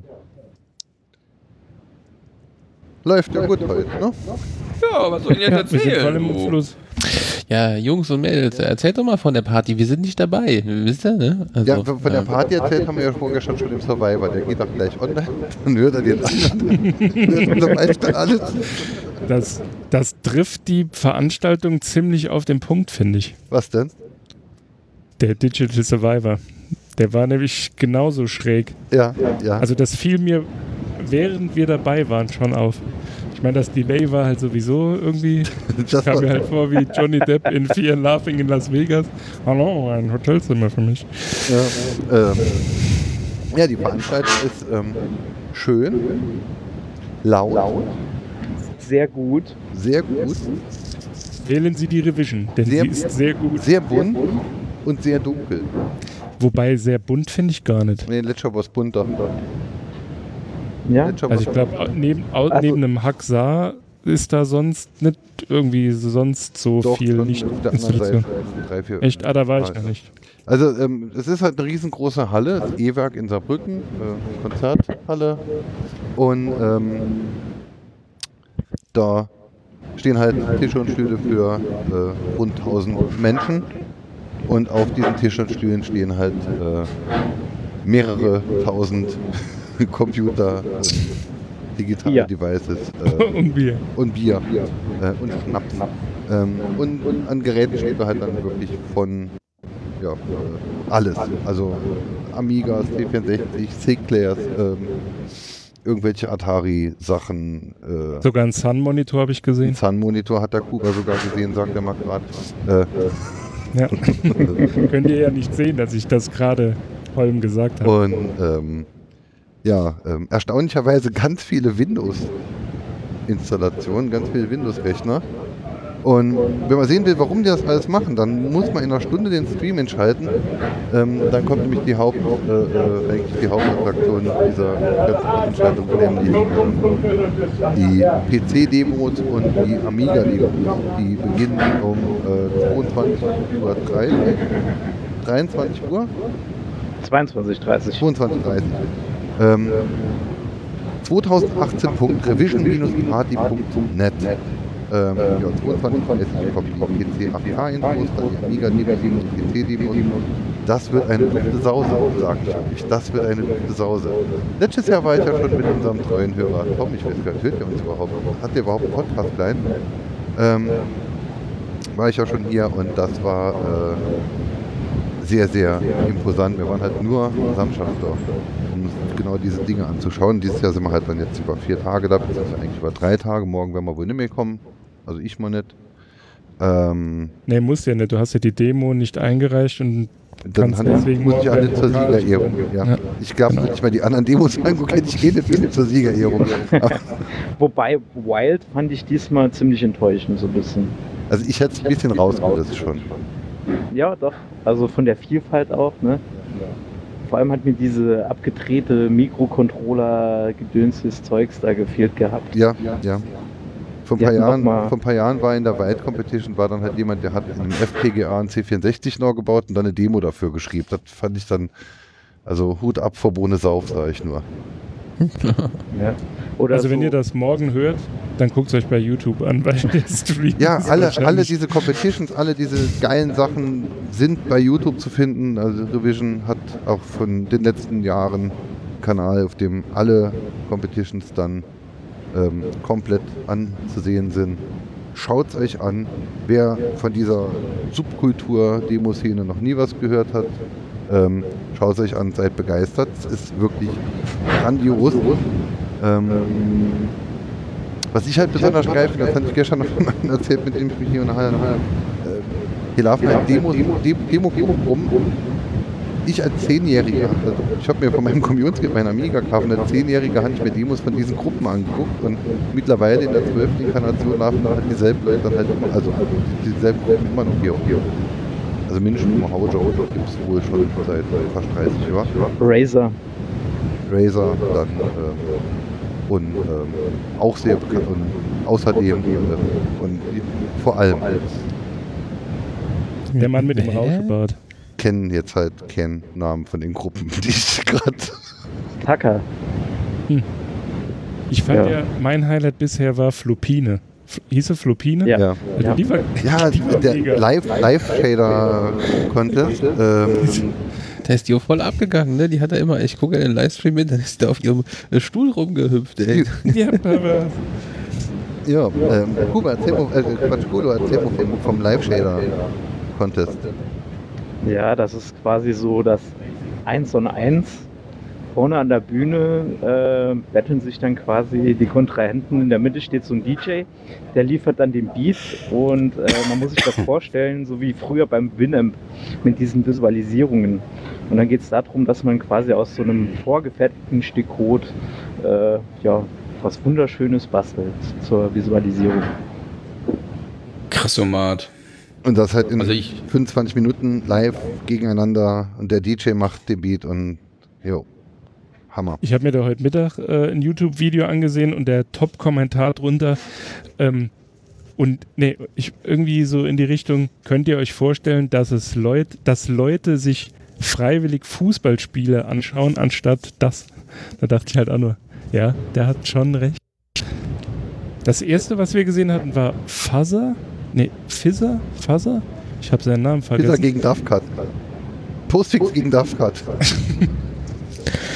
Läuft ja gut heute, ne? Ja, was soll ich denn jetzt ja, wir sind voll erzählen? im du? Fluss. ja, Jungs und Mädels, erzählt doch mal von der Party. Wir sind nicht dabei, wisst ihr, ne? Also, Ja, von der ähm, Party erzählt haben wir ja vorgestern schon im Survivor. Der geht auch gleich online. Dann hört er den anderen. Hört er meist alles. Das, das trifft die Veranstaltung ziemlich auf den Punkt, finde ich. Was denn? Der Digital Survivor. Der war nämlich genauso schräg. Ja, ja. Also das fiel mir, während wir dabei waren, schon auf. Ich meine, das Delay war halt sowieso irgendwie, das kam war, mir halt vor wie Johnny Depp in Fear and Laughing in Las Vegas. Hallo, ein Hotelzimmer für mich. ja, ähm, ja, die Veranstaltung ist ähm, schön, laut, Sehr gut. sehr gut, Wählen Sie die Revision, denn Sehr- sie ist sehr gut. sehr bunt und sehr dunkel. Wobei sehr bunt finde ich gar nicht. Nee, letzter war es bunter. Ja, Letzter Also ich war's- glaube, neben, au- Also- neben einem Haxar ist da sonst nicht irgendwie sonst so Doch, viel schon nicht auf der anderen Installation. Seite. Drei, vier. Echt? Ah, da war ich Ah, noch nicht. Also ähm, es ist halt eine riesengroße Halle, das E-Werk in Saarbrücken, äh, Konzerthalle. Und ähm, da stehen halt Tische und Stühle für äh, rund tausend Menschen. Und auf diesen Tischen und Stühlen stehen halt äh, mehrere tausend Computer, und digitale Bier. Devices äh, Und Bier. und Bier äh, und Schnaps. Ähm, und, und an Geräten steht man halt dann wirklich von ja, äh, alles. Also Amigas, C vierundsechzig, Sinclairs, ähm, irgendwelche Atari-Sachen. Äh, Sogar einen Sun-Monitor habe ich gesehen. den Sun-Monitor hat der Kuba sogar gesehen, sagt er mal gerade. Äh, Ja. Könnt ihr ja nicht sehen, dass ich das gerade Holm gesagt habe. und ähm, ja, ähm, erstaunlicherweise ganz viele Windows-Installationen, ganz viele Windows-Rechner. Und wenn man sehen will, warum die das alles machen, dann muss man in einer Stunde den Stream entschalten. Ähm, dann kommt nämlich die Haupt, äh, äh, eigentlich die Hauptattraktion dieser ganzen Veranstaltung, nämlich die P C-Demos und die Amiga-Demos. Die beginnen um äh, zweiundzwanzig Uhr dreißig, dreiundzwanzig Uhr, zweiundzwanzig dreißig. zweiundzwanzig Uhr dreißig. Ähm, zweitausendachtzehn punkt revision party punkt net. Ähm, ja, zweiundzwanzig Uhr dreißig kommen die P C acht K-Infos, dann die Amiga-Demos und die P C-Demos. Das wird eine dufte Sause, sagt ich. Das wird eine dufte Sause. Letztes Jahr war ich ja schon mit unserem treuen Hörer Tom, ich weiß gar nicht, hört ihr uns überhaupt? Hat der überhaupt einen Podcast klein? Ähm, war ich ja schon hier und das war äh, sehr, sehr imposant. Wir waren halt nur Samstag da, um uns genau diese Dinge anzuschauen. Dieses Jahr sind wir halt dann jetzt über vier Tage da, beziehungsweise eigentlich über drei Tage. Morgen werden wir wohl nicht mehr kommen. Also ich mal nicht. Ähm, Nee, musst ja nicht. Du hast ja die Demo nicht eingereicht und dann kannst hat, deswegen muss ich nur ja beim nicht zur Pokal Siegerehrung. spielen. Ja. Ja. Ich glaube, wenn ich mal die anderen Demos angucke, hätte ich eh nicht viel zur Siegerehrung. Aber, Wobei Wild fand ich diesmal ziemlich enttäuschend, so ein bisschen. also ich hätte es ein bisschen rausgerissen schon. Ja, doch. Also von der Vielfalt auch, ne? Vor allem hat mir diese abgedrehte Mikrocontroller-gedönses Zeugs da gefehlt gehabt. Ja, ja. Vor ein, Die paar hatten auch Jahren, mal- vor ein paar Jahren war in der Wild Competition war dann halt jemand, der hat in einem F P G A einen C vierundsechzig noch gebaut und dann eine Demo dafür geschrieben. Das fand ich dann, also Hut ab vor Bohne Sauf, sage ich nur. Ja. Oder Also so, wenn ihr das morgen hört, dann guckt es euch bei YouTube an, weil der Stream Ja, ist alle, wahrscheinlich- alle diese Competitions, alle diese geilen Sachen sind bei YouTube zu finden. Also Revision hat auch von den letzten Jahren einen Kanal, auf dem alle Competitions dann ähm, komplett anzusehen sind. Schaut es euch an. Wer von dieser Subkultur-Demo-Szene noch nie was gehört hat, ähm, schaut es euch an, seid begeistert. Es ist wirklich grandios. Ähm, was ich halt besonders geil finde, das hatte ich gestern noch jemanden erzählt, mit dem ich mich hier unterhalten habe. Äh, hier laufen halt Demos, Demo, Demo rum. Ich als Zehnjähriger, also ich habe mir von meinem Community mein Amiga gekauft, und als Zehnjähriger habe ich mir Demos von diesen Gruppen angeguckt und mittlerweile in der zwölften Inkarnation laufen dann halt dieselben Leute dann halt immer, also dieselben Gruppen immer noch hier. Also mindestens immer Hojo gibt es wohl schon seit fast dreißig Jahren. Razer. Razer, dann ähm, und ähm, auch sehr bekannt und außerdem ähm, und vor allem Der Mann mit dem Hä? Rauschebart. kennen jetzt halt keinen Namen von den Gruppen, die ich gerade. Tucker. Ich fand Ja. ja, mein Highlight bisher war Flupine. F hieß er Flupine? Ja. Ja, Also Ja. Die war, ja die war der mega. Live, Live-Shader Contest. Ähm, Der ist die auch voll abgegangen, ne? Die hat er immer, ich gucke in den Livestream mit, dann ist der auf ihrem äh, Stuhl rumgehüpft, ey. Ja, aber ja, ähm, Kuba, erzähl mal, äh, Quatsch, Kulo, erzähl mal vom, vom Live-Shader Contest. Ja, das ist quasi so das Eins und Eins. Vorne an der Bühne äh, betteln sich dann quasi die Kontrahenten. In der Mitte steht so ein D J, der liefert dann den Beat und äh, man muss sich das vorstellen, so wie früher beim Winamp mit diesen Visualisierungen. Und dann geht es darum, dass man quasi aus so einem vorgefertigten Stück Code äh, ja, was Wunderschönes bastelt zur Visualisierung. Krassomat. Und das halt in Also ich- fünfundzwanzig Minuten live gegeneinander und der D J macht den Beat und jo, Hammer. ich habe mir da heute Mittag äh, ein YouTube-Video angesehen und der Top-Kommentar drunter ähm, und nee, ich irgendwie so in die Richtung, könnt ihr euch vorstellen, dass es Leute, dass Leute sich freiwillig Fußballspiele anschauen, anstatt das. Da dachte ich halt auch nur, ja, der hat schon recht. Das erste, was wir gesehen hatten, war Fuzzer. Nee, Fizzer? Fuzzer? Ich habe seinen Namen Pizza vergessen. gegen Dafkat. Postfix gegen Dafkat.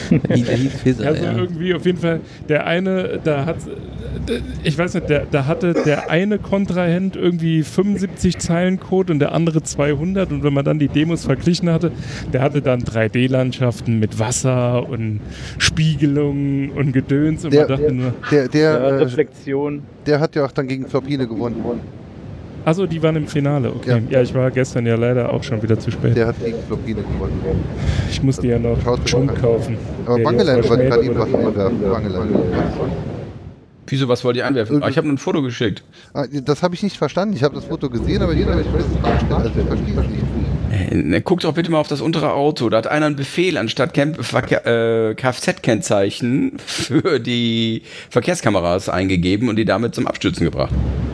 Der hieß Fisser, Also ja. irgendwie auf jeden Fall, der eine, da hat, ich weiß nicht, der, da hatte der eine Kontrahent irgendwie fünfundsiebzig Zeilen Code und der andere zweihundert und wenn man dann die Demos verglichen hatte, der hatte dann drei D Landschaften mit Wasser und Spiegelung und Gedöns und Der- man dachte nur, Der, der, Ja, äh, Reflexion. der hat ja auch dann gegen Flopine gewonnen. achso, die waren im Finale, okay. Ja. Ja. ich war gestern ja leider auch schon wieder zu spät. Der hat gegen Flopine gewonnen. Ich musste ja noch Schaut Schmuck mal. kaufen. Aber Der Wangelein jetzt wollte gerade verschmäht ihm was wurde. einwerfen. Wangelein. Wieso, was wollt ihr einwerfen? Ah, ich habe nur ein Foto geschickt. Ah, das habe ich nicht verstanden. Ich habe das Foto gesehen, aber jeder ich weiß es nicht. Also ich verstehe es nicht. Äh, Guckt doch bitte mal auf das untere Auto. Da hat einer einen Befehl anstatt Camp Verkehr- äh, Kfz-Kennzeichen für die Verkehrskameras eingegeben und die damit zum Abstürzen gebracht.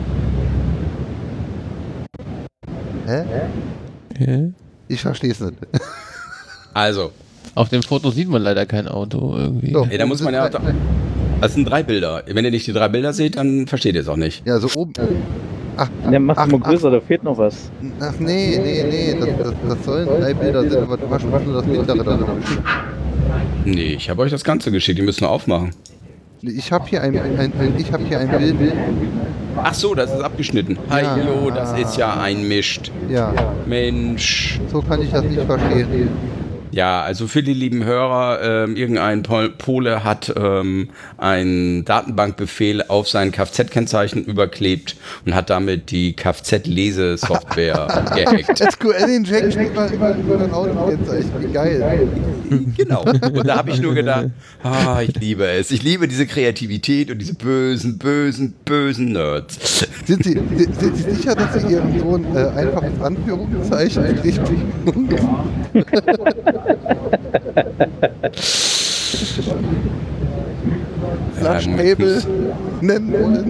Hä? Ja. Ich verstehe es nicht. Also, Auf dem Foto sieht man leider kein Auto irgendwie. Doch. ey, da muss man ja. Das sind drei Bilder. Wenn ihr nicht die drei Bilder seht, dann versteht ihr es auch nicht. Ja, so oben. Ach, Ja, mach's ach, mal ach, größer, da fehlt noch was. ach nee, nee, nee. Das, das, das sollen drei Bilder sein, aber du hast nur das mittlere da drin. Nee, ich habe euch das Ganze geschickt. Ihr müsst nur aufmachen. Ich habe hier ein, ein, ein, ich habe hier ein Bild. Ach so, das ist abgeschnitten. Hallo, das ist ja ein Mischt. Ja, Mensch. so kann ich das nicht verstehen. Ja, also für die lieben Hörer, ähm, irgendein Pol Pole hat ähm, einen Datenbankbefehl auf sein Kfz-Kennzeichen überklebt und hat damit die Kfz-Lesesoftware gehackt. S Q L-Injection über, über, über dein Auto-Kennzeichen. Wie geil. Genau. Und da habe ich nur gedacht, ah, ich liebe es. Ich liebe diese Kreativität und diese bösen, bösen, bösen Nerds. Sind Sie, sind, sind Sie sicher, dass Sie Ihren Sohn äh, einfach ins Anführungszeichen richtig Flash Ähm, Table nennen wollen?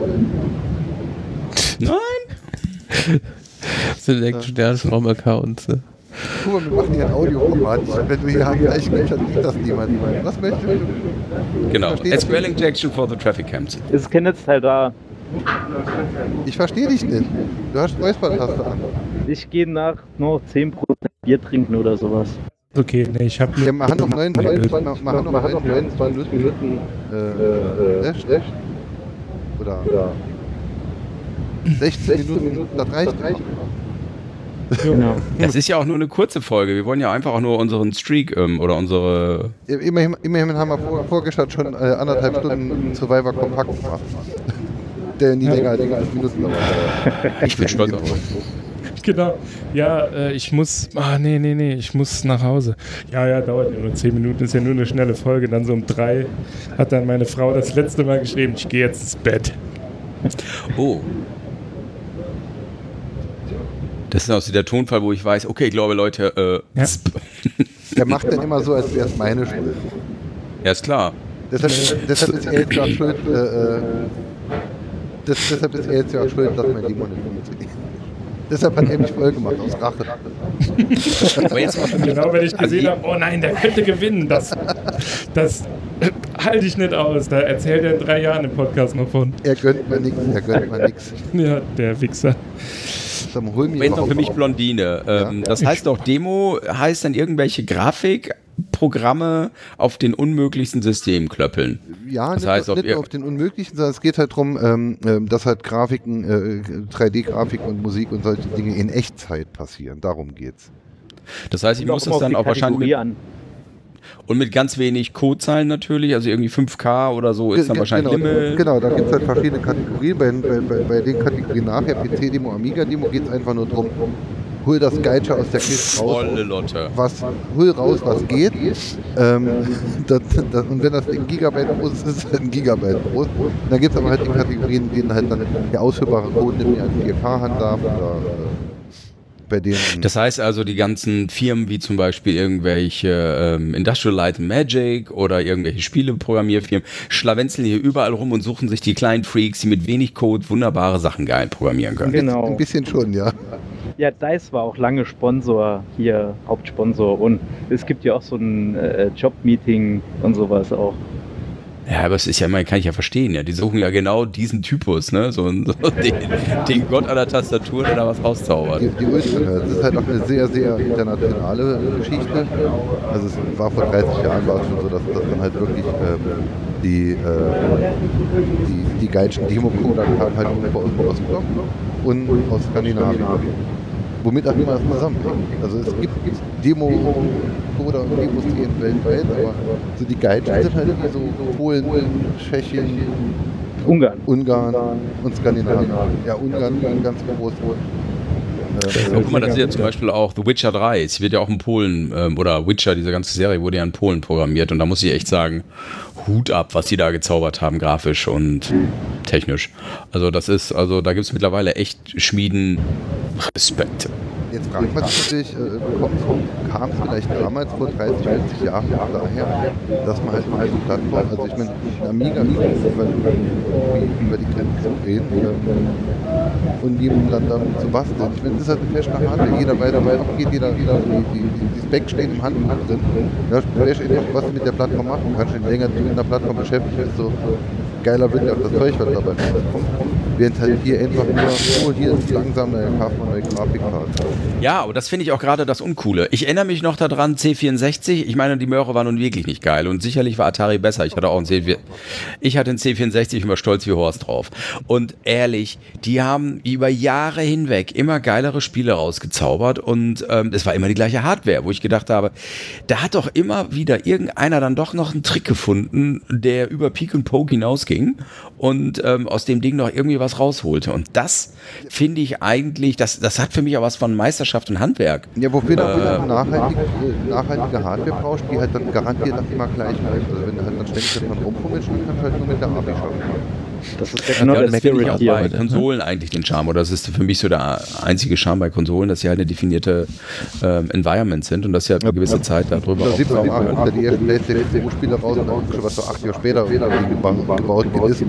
Nein? Select Sternschraum-Accounts. Ne? Guck mal, wir machen hier ein Audioformat. Wenn du hier gleich gibst, dann sieht das niemand. Was möchtest du? Genau. Versteht S Q L Injection for the Traffic Camps. Ist kein Netzteil da. Ich verstehe dich nicht. Du hast Räuspertaste an. Ich gehe nach noch zehn Prozent Bier trinken oder sowas. Okay, nee, ich habe Wir machen noch neunundzwanzig Minuten äh, Rest. Oder sechzehn Minuten. Das reicht. Genau. Das ist ja auch nur eine kurze Folge. Wir wollen ja einfach auch nur unseren Streak ähm, oder unsere. Immerhin, immerhin haben wir vor, vorgestern schon äh, anderthalb Stunden Survivor kompakt gemacht. Der nie länger als fünf Minuten dauert. Ich bin stolz auf euch. Genau. Ja, äh, ich muss. Ah, nee, nee, nee, ich muss nach Hause. Ja, ja, dauert ja nur zehn Minuten, ist ja nur eine schnelle Folge. Dann so um drei hat dann meine Frau das letzte Mal geschrieben, ich gehe jetzt ins Bett. Oh. Das ist auch so der Tonfall, wo ich weiß, okay, ich glaube, Leute, äh, Ja. Der macht dann immer so, als wäre es meine Schuld. ja, ist klar. Deshalb, deshalb ist er jetzt ja auch schuld, äh, äh, das, deshalb ist er jetzt ja auch schuld, dass mein Demo nicht funktioniert. Deshalb hat er mich voll gemacht, aus Rache. Aber jetzt mal für mich. Genau, wenn ich gesehen Also, habe, oh nein, der könnte gewinnen. Das, das äh, halte ich nicht aus. Da erzählt er in drei Jahren im Podcast noch von. Er gönnt mir nichts, er gönnt mir nichts. Ja, der Wichser. Dann hol mich Aber jetzt noch überhaupt für mich auf. Blondine. Ähm, Ja. Das heißt doch, Demo heißt dann irgendwelche Grafikprogramme auf den unmöglichsten Systemen klöppeln. Ja, Das nicht, heißt, ob nicht ihr- nur auf den Unmöglichen, sondern es geht halt darum, ähm, ähm, dass halt Grafiken, äh, drei D-Grafik und Musik und solche Dinge in Echtzeit passieren. Darum geht's. Das heißt, ich muss Kommt das immer dann auf auch die wahrscheinlich Kategorie mit, an. und mit ganz wenig Codezeilen natürlich, also irgendwie fünf K oder so ist dann Ge- wahrscheinlich genau, Limit. genau, da gibt es halt verschiedene Kategorien. Bei, bei, bei, bei den Kategorien nachher, P C-Demo, Amiga-Demo, geht es einfach nur darum, hol das Geitsche aus der Kiste raus. Volle Lotte. Was, hol raus, was geht. Ähm, das, das, und wenn das ein Gigabyte groß ist, ist es halt ein Gigabyte groß. Und dann gibt es aber halt die Kategorien, in denen halt dann der ausführbare Code nicht mehr als vier K handhabt oder äh, bei denen. Das heißt also, die ganzen Firmen wie zum Beispiel irgendwelche ähm, Industrial Light and Magic oder irgendwelche Spieleprogrammierfirmen schlawenzeln hier überall rum und suchen sich die kleinen Freaks, die mit wenig Code wunderbare Sachen geil programmieren können. Genau. Ein bisschen schon, ja. Ja, DICE war auch lange Sponsor hier, Hauptsponsor. Und es gibt ja auch so ein äh, Job-Meeting und sowas auch. Ja, aber es ist ja immer, kann ich ja verstehen, ja. Die suchen ja genau diesen Typus, ne? So, so den, den Gott an der Tastatur, der da was rauszaubert. Die, die Ultra, das ist halt auch eine sehr, sehr internationale Geschichte. Also es war vor dreißig Jahren war es schon so, dass das dann halt wirklich ähm, die, äh, die, die geilsten Demo-Coder kamen halt irgendwo aus dem Ostblock und aus Skandinavien. Womit auch immer das zusammenhängt. Also es gibt Demo-Coder und Demo-Szenen weltweit, aber so die geilsten sind halt wie so Polen, Tschechien, Ungarn. Ungarn und Skandinavien. Ja, Ungarn ganz groß. Ja, guck mal, das ist ja zum Beispiel auch The Witcher drei. Es wird ja auch in Polen, ähm, oder Witcher, diese ganze Serie wurde ja in Polen programmiert. Und da muss ich echt sagen, Hut ab, was die da gezaubert haben, grafisch und technisch. Also das ist, also da gibt es mittlerweile echt Schmieden. Respekt. Jetzt fragt man sich natürlich, äh, kam es vielleicht damals vor dreißig, vierzig Jahren daher, dass man halt mal die Plattform, also ich meine, Amiga über, über, über die Grenze reden ähm, und jedem dann damit zu basteln. Ich meine, das ist halt eine feste Hardware, jeder weiter weiter geht, jeder, jeder die, die, die Specs stehen im Handbuch drin. Da steht einfach, was du mit der Plattform machen kannst. Je länger du mit der Plattform beschäftigt bist, so geiler wird ja auch das Zeug, was dabei kommt. Während halt hier einfach nur, oh, hier ist langsam, da kauft man neue Grafikkarte. Ja, aber das finde ich auch gerade das Uncoole. Ich erinnere mich noch daran, C vierundsechzig, ich meine, die Möhre war nun wirklich nicht geil und sicherlich war Atari besser. Ich hatte auch einen C vierundsechzig, ich hatte einen C vierundsechzig und war stolz wie Horst drauf. Und ehrlich, die haben über Jahre hinweg immer geilere Spiele rausgezaubert und ähm, es war immer die gleiche Hardware, wo ich gedacht habe, da hat doch immer wieder irgendeiner dann doch noch einen Trick gefunden, der über Peak und Poke hinausging und ähm, aus dem Ding noch irgendwie was rausholte. Und das finde ich eigentlich, das, das hat für mich auch was von Meisterschaft und Handwerk. Ja, wofür du äh, nachhaltig, äh, nachhaltige Hardware brauchst, die halt dann garantiert auch immer gleich bleibt. Also wenn du halt dann ständig davon rumfummelst, dann kannst du halt nur mit der A B schaffen. Das ist ja genau Ja, der das finde ich Spirit auch hier bei heute. Konsolen eigentlich den Charme. Oder das ist für mich so der einzige Charme bei Konsolen, dass sie halt eine definierte ähm, Environment sind und dass sie halt eine gewisse Zeit darüber Da sieht man auch, können. da die ersten PlayStation-Spiele raus und dann guckst du, was so acht Jahre später gebaut, gebaut ist.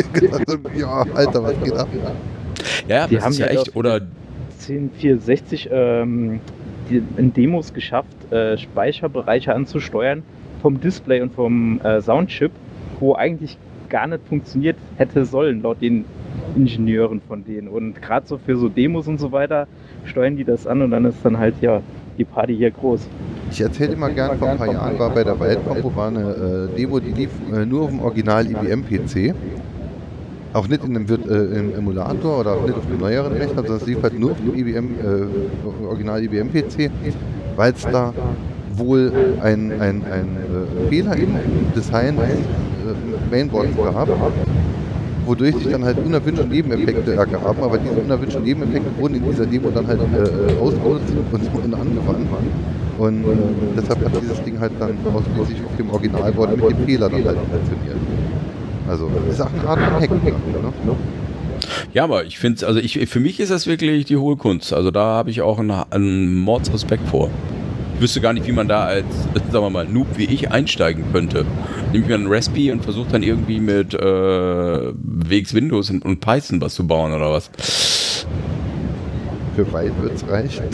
Ja, Alter, was geht ab? Ja, Die das haben ist ja ja echt, auch- oder zehn vierhundertsechzig ähm, die, in Demos geschafft, äh, Speicherbereiche anzusteuern vom Display und vom äh, Soundchip, wo eigentlich gar nicht funktioniert hätte sollen, laut den Ingenieuren von denen. Und gerade so für so Demos und so weiter steuern die das an und dann ist dann halt ja die Party hier groß. Ich erzähle immer gern, vor ein paar Jahren war bei der Wildcombo war eine äh, Demo, die lief äh, nur auf dem Original I B M-P C. Auch nicht in einem Virt- äh, im Emulator oder auch nicht auf dem neueren Rechner, sondern es lief halt nur auf dem I B M, äh, Original I B M-P C, weil es da wohl ein, ein, ein äh, Fehler im Design des äh, Mainboards gab, wodurch sich dann halt unerwünschte Nebeneffekte ergaben, aber diese unerwünschten Nebeneffekte wurden in dieser Demo dann halt äh, ausgenutzt und, und angewandt. Und äh, deshalb hat dieses Ding halt dann ausschließlich auf dem Originalboard mit dem Fehler dann halt funktioniert. Also, das ist auch eine Art von Hacken. Ne? ja, aber ich finde, also ich, für mich ist das wirklich die hohe Kunst. Also da habe ich auch einen, einen Mordsrespekt vor. Ich wüsste gar nicht, wie man da als, sagen wir mal, Noob wie ich einsteigen könnte. Nehme ich mir einen Raspi und versuche dann irgendwie mit äh, W X Windows und, und Python was zu bauen oder was. Für Wild wird es reichen.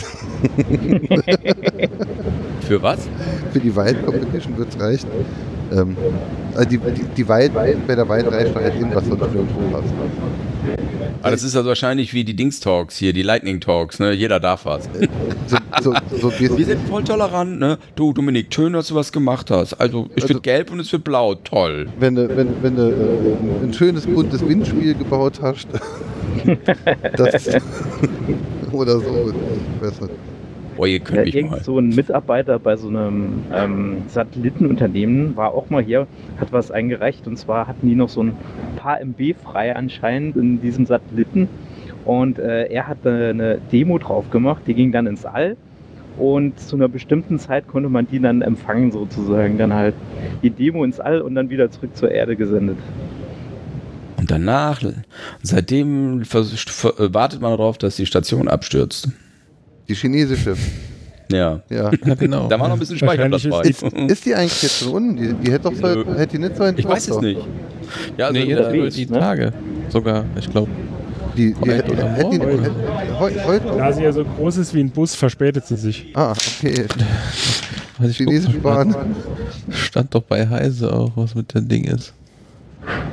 Für was? Für die Wild Competition wird es reichen. Ähm, also die, die, die Wild, bei der Wild reicht halt hin, was sonst nirgendwo passt. Aber das ist also wahrscheinlich wie die Dings-Talks hier, die Lightning-Talks, ne? Jeder darf was. So, so, so Wir bisschen, sind voll tolerant, ne? Du, Dominik, schön, dass du was gemacht hast. Also, es Also- wird gelb und es wird blau. Toll. wenn du, wenn, wenn du äh, ein schönes buntes Windspiel gebaut hast, das, oder so, ich weiß nicht. Boah, ihr könnt Ja, mich irgend mal. so ein Mitarbeiter bei so einem ähm, Satellitenunternehmen war auch mal hier, hat was eingereicht und zwar hatten die noch so ein paar M B frei anscheinend in diesem Satelliten und äh, er hat äh, eine Demo drauf gemacht, die ging dann ins All und zu einer bestimmten Zeit konnte man die dann empfangen sozusagen, dann halt die Demo ins All und dann wieder zurück zur Erde gesendet. Und danach, seitdem vers- ver- wartet man darauf, dass die Station abstürzt. Die chinesische, Ja. ja. Ja, genau. Da war noch ein bisschen Wahrscheinlich Speicherplatz Ist, frei. ist die eigentlich jetzt schon unten? Die, die hätte doch so, Nö. hätte die nicht so ein Ich weiß es nicht. Ja, also, Nee, jetzt äh, nur die Tage sogar, ich glaube. Die, die hätte, Oder hätte, die, morgen. hätte, heu- heute. Da sie ja so groß ist wie ein Bus, verspätet sie sich. Ah, okay. Was ich Chinesische gucken wollte, Bahn. stand doch bei Heise auch, was mit dem Ding ist.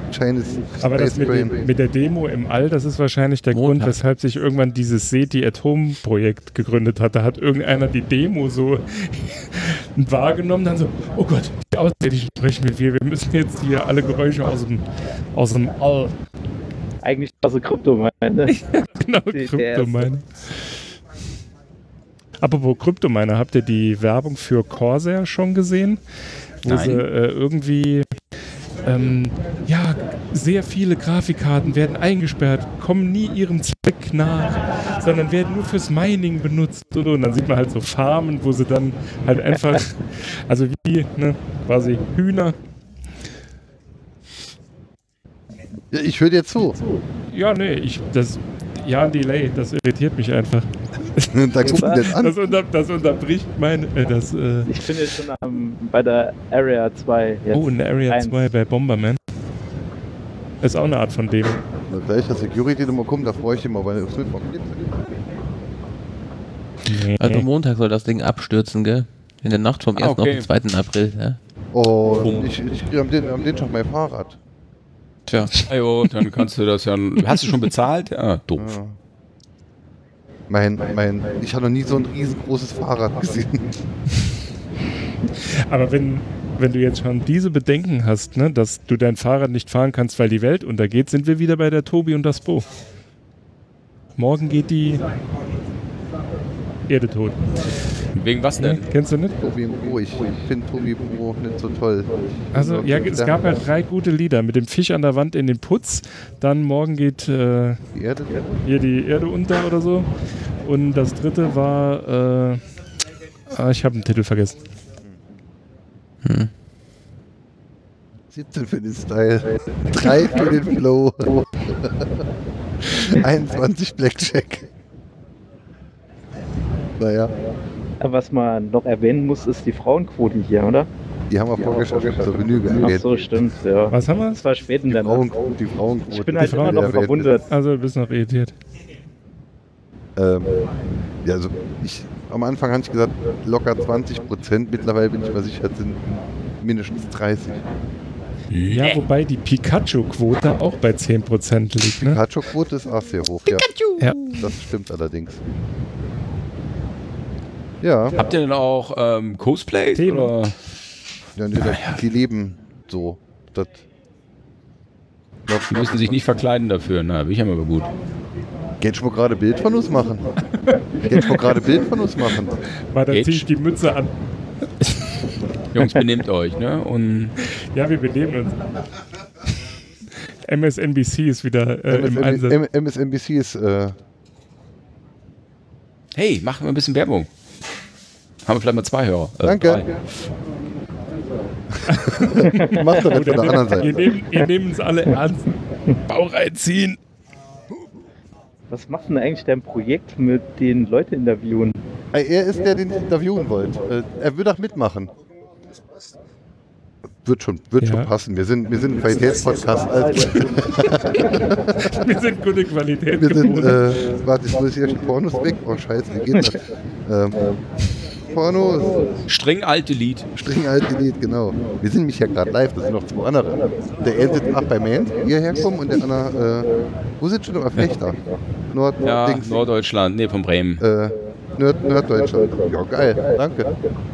Chinese Aber das mit, Brain. dem, mit der Demo im All, das ist wahrscheinlich der Montag. Grund, weshalb sich irgendwann dieses SETI-Atom-Projekt gegründet hat. Da hat irgendeiner die Demo so wahrgenommen, dann so, oh Gott, die Außerirdischen sprechen mit mir, wir müssen jetzt hier alle Geräusche aus dem, aus dem All. Eigentlich also Kryptomine. Ne? Genau, Der Kryptominer. Apropos Kryptominer, habt ihr die Werbung für Corsair schon gesehen? Wo Nein. sie äh, irgendwie ähm, ja, sehr viele Grafikkarten werden eingesperrt, kommen nie ihrem Zweck nach, sondern werden nur fürs Mining benutzt. Und, und dann sieht man halt so Farmen, wo sie dann halt einfach, also wie ne, quasi Hühner. Ja, ich höre dir zu. Ja, nee, ich, das, ja, ein Delay, das irritiert mich einfach. Da gucken wir jetzt an. Das, unter, das unterbricht mein, äh, das, äh, Ich bin jetzt schon am, bei der Area zwei. Jetzt. oh, in der Area Eins. zwei bei Bomberman. Ist auch eine Art von Demo. Na, gleich der Security-Nummer kommt, da freue ich mich mal, weil es mitmacht. Nee. Also Montag soll das Ding abstürzen, gell? In der Nacht vom Ah, ersten okay. auf den zweiten April, ja? Oh, Boom. ich, ich kriege am, Den- am Dienstag mein Fahrrad. Tja. Ajo, dann kannst du das ja. Hast du schon bezahlt? Ja, doof. Ja. Mein, mein, ich habe noch nie so ein riesengroßes Fahrrad gesehen. Aber wenn, wenn du jetzt schon diese Bedenken hast, ne, dass du dein Fahrrad nicht fahren kannst, weil die Welt untergeht, sind wir wieder bei der Tobi und das Bo. Morgen geht die Erde tot. Wegen was denn? Kennst du nicht? Tobi Pro, ich finde Tobi Pro nicht so toll. Also, ja, es gab halt drei gute Lieder. Mit dem Fisch an der Wand in den Putz. Dann morgen geht äh, Die Erde. hier die Erde unter oder so. Und das dritte war, äh, ah, ich habe den Titel vergessen. Hm. siebzehn für den Style, drei für den Flow, einundzwanzig Blackjack. Naja, Aber was man noch erwähnen muss, ist die Frauenquote hier, oder? die haben wir vorgestern schon zur Genüge Ach erwähnt. so, stimmt, ja. Was haben wir? Das war spät in Die, der Nacht. Frauen, die Frauenquote. Ich bin halt die immer noch erwähnt ist. verwundert. Also, du bist noch irritiert. Ähm, ja, also ich, am Anfang hatte ich gesagt, locker zwanzig Prozent. Mittlerweile bin ich mir sicher, es sind mindestens dreißig. Ja, wobei die Pikachu-Quote auch bei zehn Prozent liegt, Die ne? Pikachu-Quote ist auch sehr hoch. Ja, Ja. das stimmt allerdings. Ja, Habt ihr denn auch ähm, Cosplays? Themen. Oder? ja, nee, das, die leben so. Das, Die müssen sich nicht verkleiden dafür. Na, bin ich ja mal gut. Geht schon mal gerade Bild von uns machen? Geht schon mal gerade Bild von uns machen? Mal, dann Geht. ziehe ich die Mütze an. Jungs, benehmt euch, ne? Und Ja, wir benehmen uns. M S N B C ist wieder äh, im Einsatz. M- M S N B C ist, äh, hey, machen wir ein bisschen Werbung. Haben wir vielleicht mal zwei Hörer. Äh, Danke. drei. macht doch nicht von Oder der anderen ihr Seite. nehmt, ihr nehmt es alle ernst. Bauch reinziehen. Was macht denn eigentlich dein Projekt mit den Leuten interviewen? Äh, Er ist der, den ich interviewen wollte. Äh, Er würde auch mitmachen. Wird schon, wird Ja. schon passen. Wir sind, wir sind ein Qualitätspodcast. Also, Wir sind gute Qualität wir sind, gewohnt. äh, warte, ich muss hier schon Pornos weg. Oh Scheiße, wie geht das? Ähm, Pornos, Streng alte Lied. streng alte Lied, genau. Wir sind nämlich ja gerade live, das sind noch zwei andere. Der eine sitzt auch bei Mans, hierher kommen und der andere, äh, wo sitzt schon? Auf Fechter. Nord, Ja, links, Norddeutschland, nee, von Bremen. äh, Nord, Norddeutschland. Ja, geil, danke.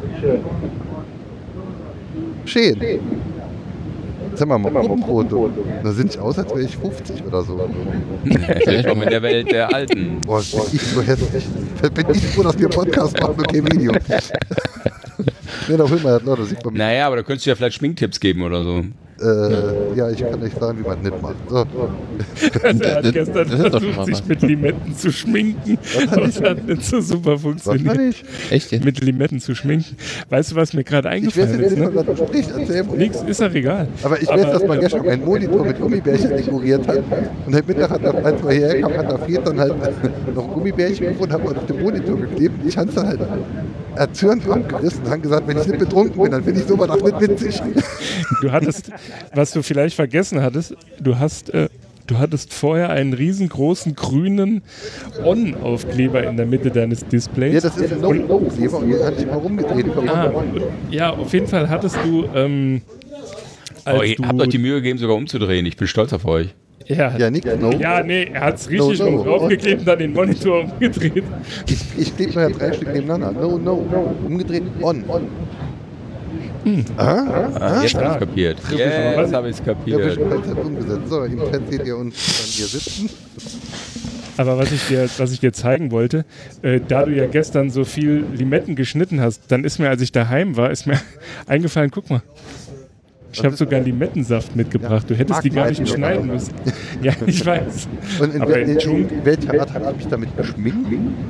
Schön. Sag mal, mal Gruppenfoto. Da sind ich aus, als wäre ich fünfzig oder so. Willkommen in der Welt der Alten. Boah, bin ich so hässlich. Bin ich froh, dass wir einen Podcast machen und kein Video. Ne, da holen wir das noch, da sieht man mich. Naja, aber da könntest du ja vielleicht Schminktipps geben oder so. Äh, ja, ich kann euch sagen, wie man das nicht macht. So. Also er hat das- gestern das ist doch schon versucht, mal sich was. mit Limetten zu schminken. Aber es hat nicht so super Was kann funktioniert. ich? Echt jetzt? Mit Limetten zu schminken. Weißt du, was mir gerade Ich weiß eingefallen jetzt ist? nicht, Ne? was du sprichst. Erzähl mal. Nix, ist ja egal. Aber ich weiß, dass man gestern meinen Monitor mit Gummibärchen dekoriert hat. Und heute Mittag, hat er, als wir hierher kamen, hat der Fiat dann halt noch Gummibärchen gefunden, hat man auf den Monitor geklebt. Ich habe es dann halt erzürnt abgerissen und haben gesagt, wenn ich nicht betrunken bin, dann finde ich sowas auch nicht witzig. Du hattest, was du vielleicht vergessen hattest, du hast, äh, du hattest vorher einen riesengroßen grünen On-Aufkleber in der Mitte deines Displays. Ja, das ist ein No-No-Kleber und den hatte ich mal rumgedreht. Ah, und, ja, auf jeden Fall hattest du ähm, als Oh, ihr du... habt euch die Mühe gegeben, sogar umzudrehen. Ich bin stolz auf euch. ja, Ja, Nick, no. ja, nee, er hat es richtig No, no. rum draufgeklebt und dann den Monitor umgedreht. Ich, ich klebe mir ja drei Stück nebeneinander. No, no. Umgedreht. On. Ah? Ah, jetzt habe ich stark. kapiert. Was? Jetzt habe ich Ja, kapiert. Vision hat umgesetzt. So, im Chat seht ihr uns dann hier sitzen. Aber was ich dir, was ich dir zeigen wollte, äh, da du ja gestern so viel Limetten geschnitten hast, dann ist mir, als ich daheim war, ist mir eingefallen, guck mal, ich habe sogar Limettensaft mitgebracht. Du hättest die gar nicht schneiden müssen. Ja, ich weiß. Und in, Aber wel- in in, Dschungel- in welcher Art habe ich mich damit geschminkt?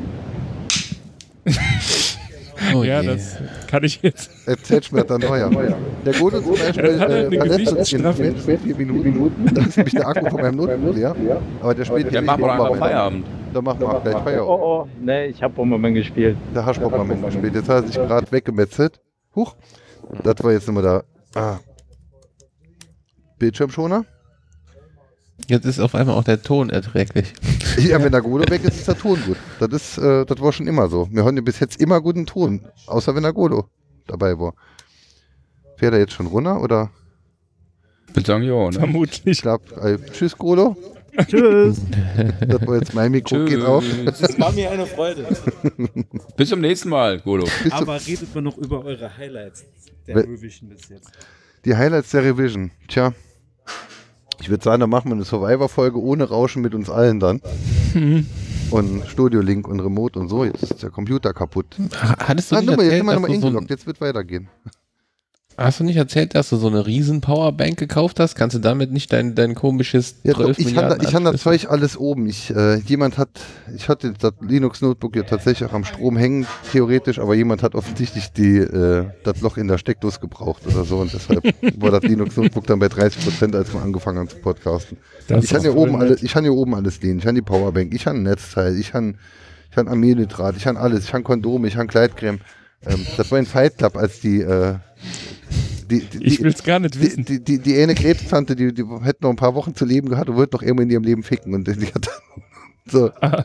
Oh Ja, je. das kann ich jetzt. Erzählt mir dann neuer. Der Gute zum Beispiel Er hat halt äh, eine verlässt uns in Gesichtsstrafe. vier vier Minuten. Da ist nämlich der Akku von meinem Notebook leer. Aber der spielt Ja, jetzt machen wir nicht einfach weiter. Feierabend. Da machen wir auch gleich Oh, Feierabend. oh, nee, ich habe Bomberman gespielt. Der Haschbock-Moment gespielt. Jetzt hat er sich gerade weggemetzelt. Huch. Das war jetzt immer da. Ah. Bildschirmschoner. Jetzt ist auf einmal auch der Ton erträglich. Ja, wenn der Golo weg ist, ist der Ton gut. Das ist, äh, das war schon immer so. Wir hören ja bis jetzt immer guten Ton. Außer wenn der Golo dabei war. Fährt er jetzt schon runter oder? Ich würde sagen, ja, ne? Vermutlich. Ich glaube, äh, tschüss Golo. Tschüss. Das war jetzt mein Mikro, geht auf. Es war mir eine Freude. Bis zum nächsten Mal, Golo. Bist du, Aber redet man noch über eure Highlights der We- Revision bis jetzt. die Highlights der Revision. Tja. Ich würde sagen, da machen wir eine Survivor-Folge ohne Rauschen mit uns allen dann. Und Studio-Link und Remote und so. Jetzt ist der Computer kaputt. Ha- Hattest du Ah, nicht guck mal, jetzt sind erzählt, wir dass nochmal du so eingeloggt. ein, Jetzt wird weitergehen. hast du nicht erzählt, dass du so eine riesen Powerbank gekauft hast? Kannst du damit nicht dein, dein komisches Ja, doch, zwölf ich habe Milliarden ich hab das Anschlüsse- Zeug alles oben. Ich, äh, jemand hat, ich hatte das Linux-Notebook ja tatsächlich auch am Strom hängen, theoretisch, aber jemand hat offensichtlich die, äh, das Loch in der Steckdose gebraucht oder so und deshalb war das Linux-Notebook dann bei dreißig Prozent, als wir angefangen haben zu podcasten. Das Ich habe ist hier voll oben nett. alles, ich habe hier oben alles stehen. Ich habe die Powerbank, ich habe ein Netzteil, ich habe ich habe Amylnitrat, ich habe alles, ich habe Kondome, ich habe Kleidcreme. Ähm, das war ein Fight Club, als die, äh, die, die, Ich die- will es gar nicht die, wissen. die, die, die eine Krebstante, die, die hätte noch ein paar Wochen zu leben gehabt und wird noch irgendwann in ihrem Leben ficken. Und die hat dann so. Ah.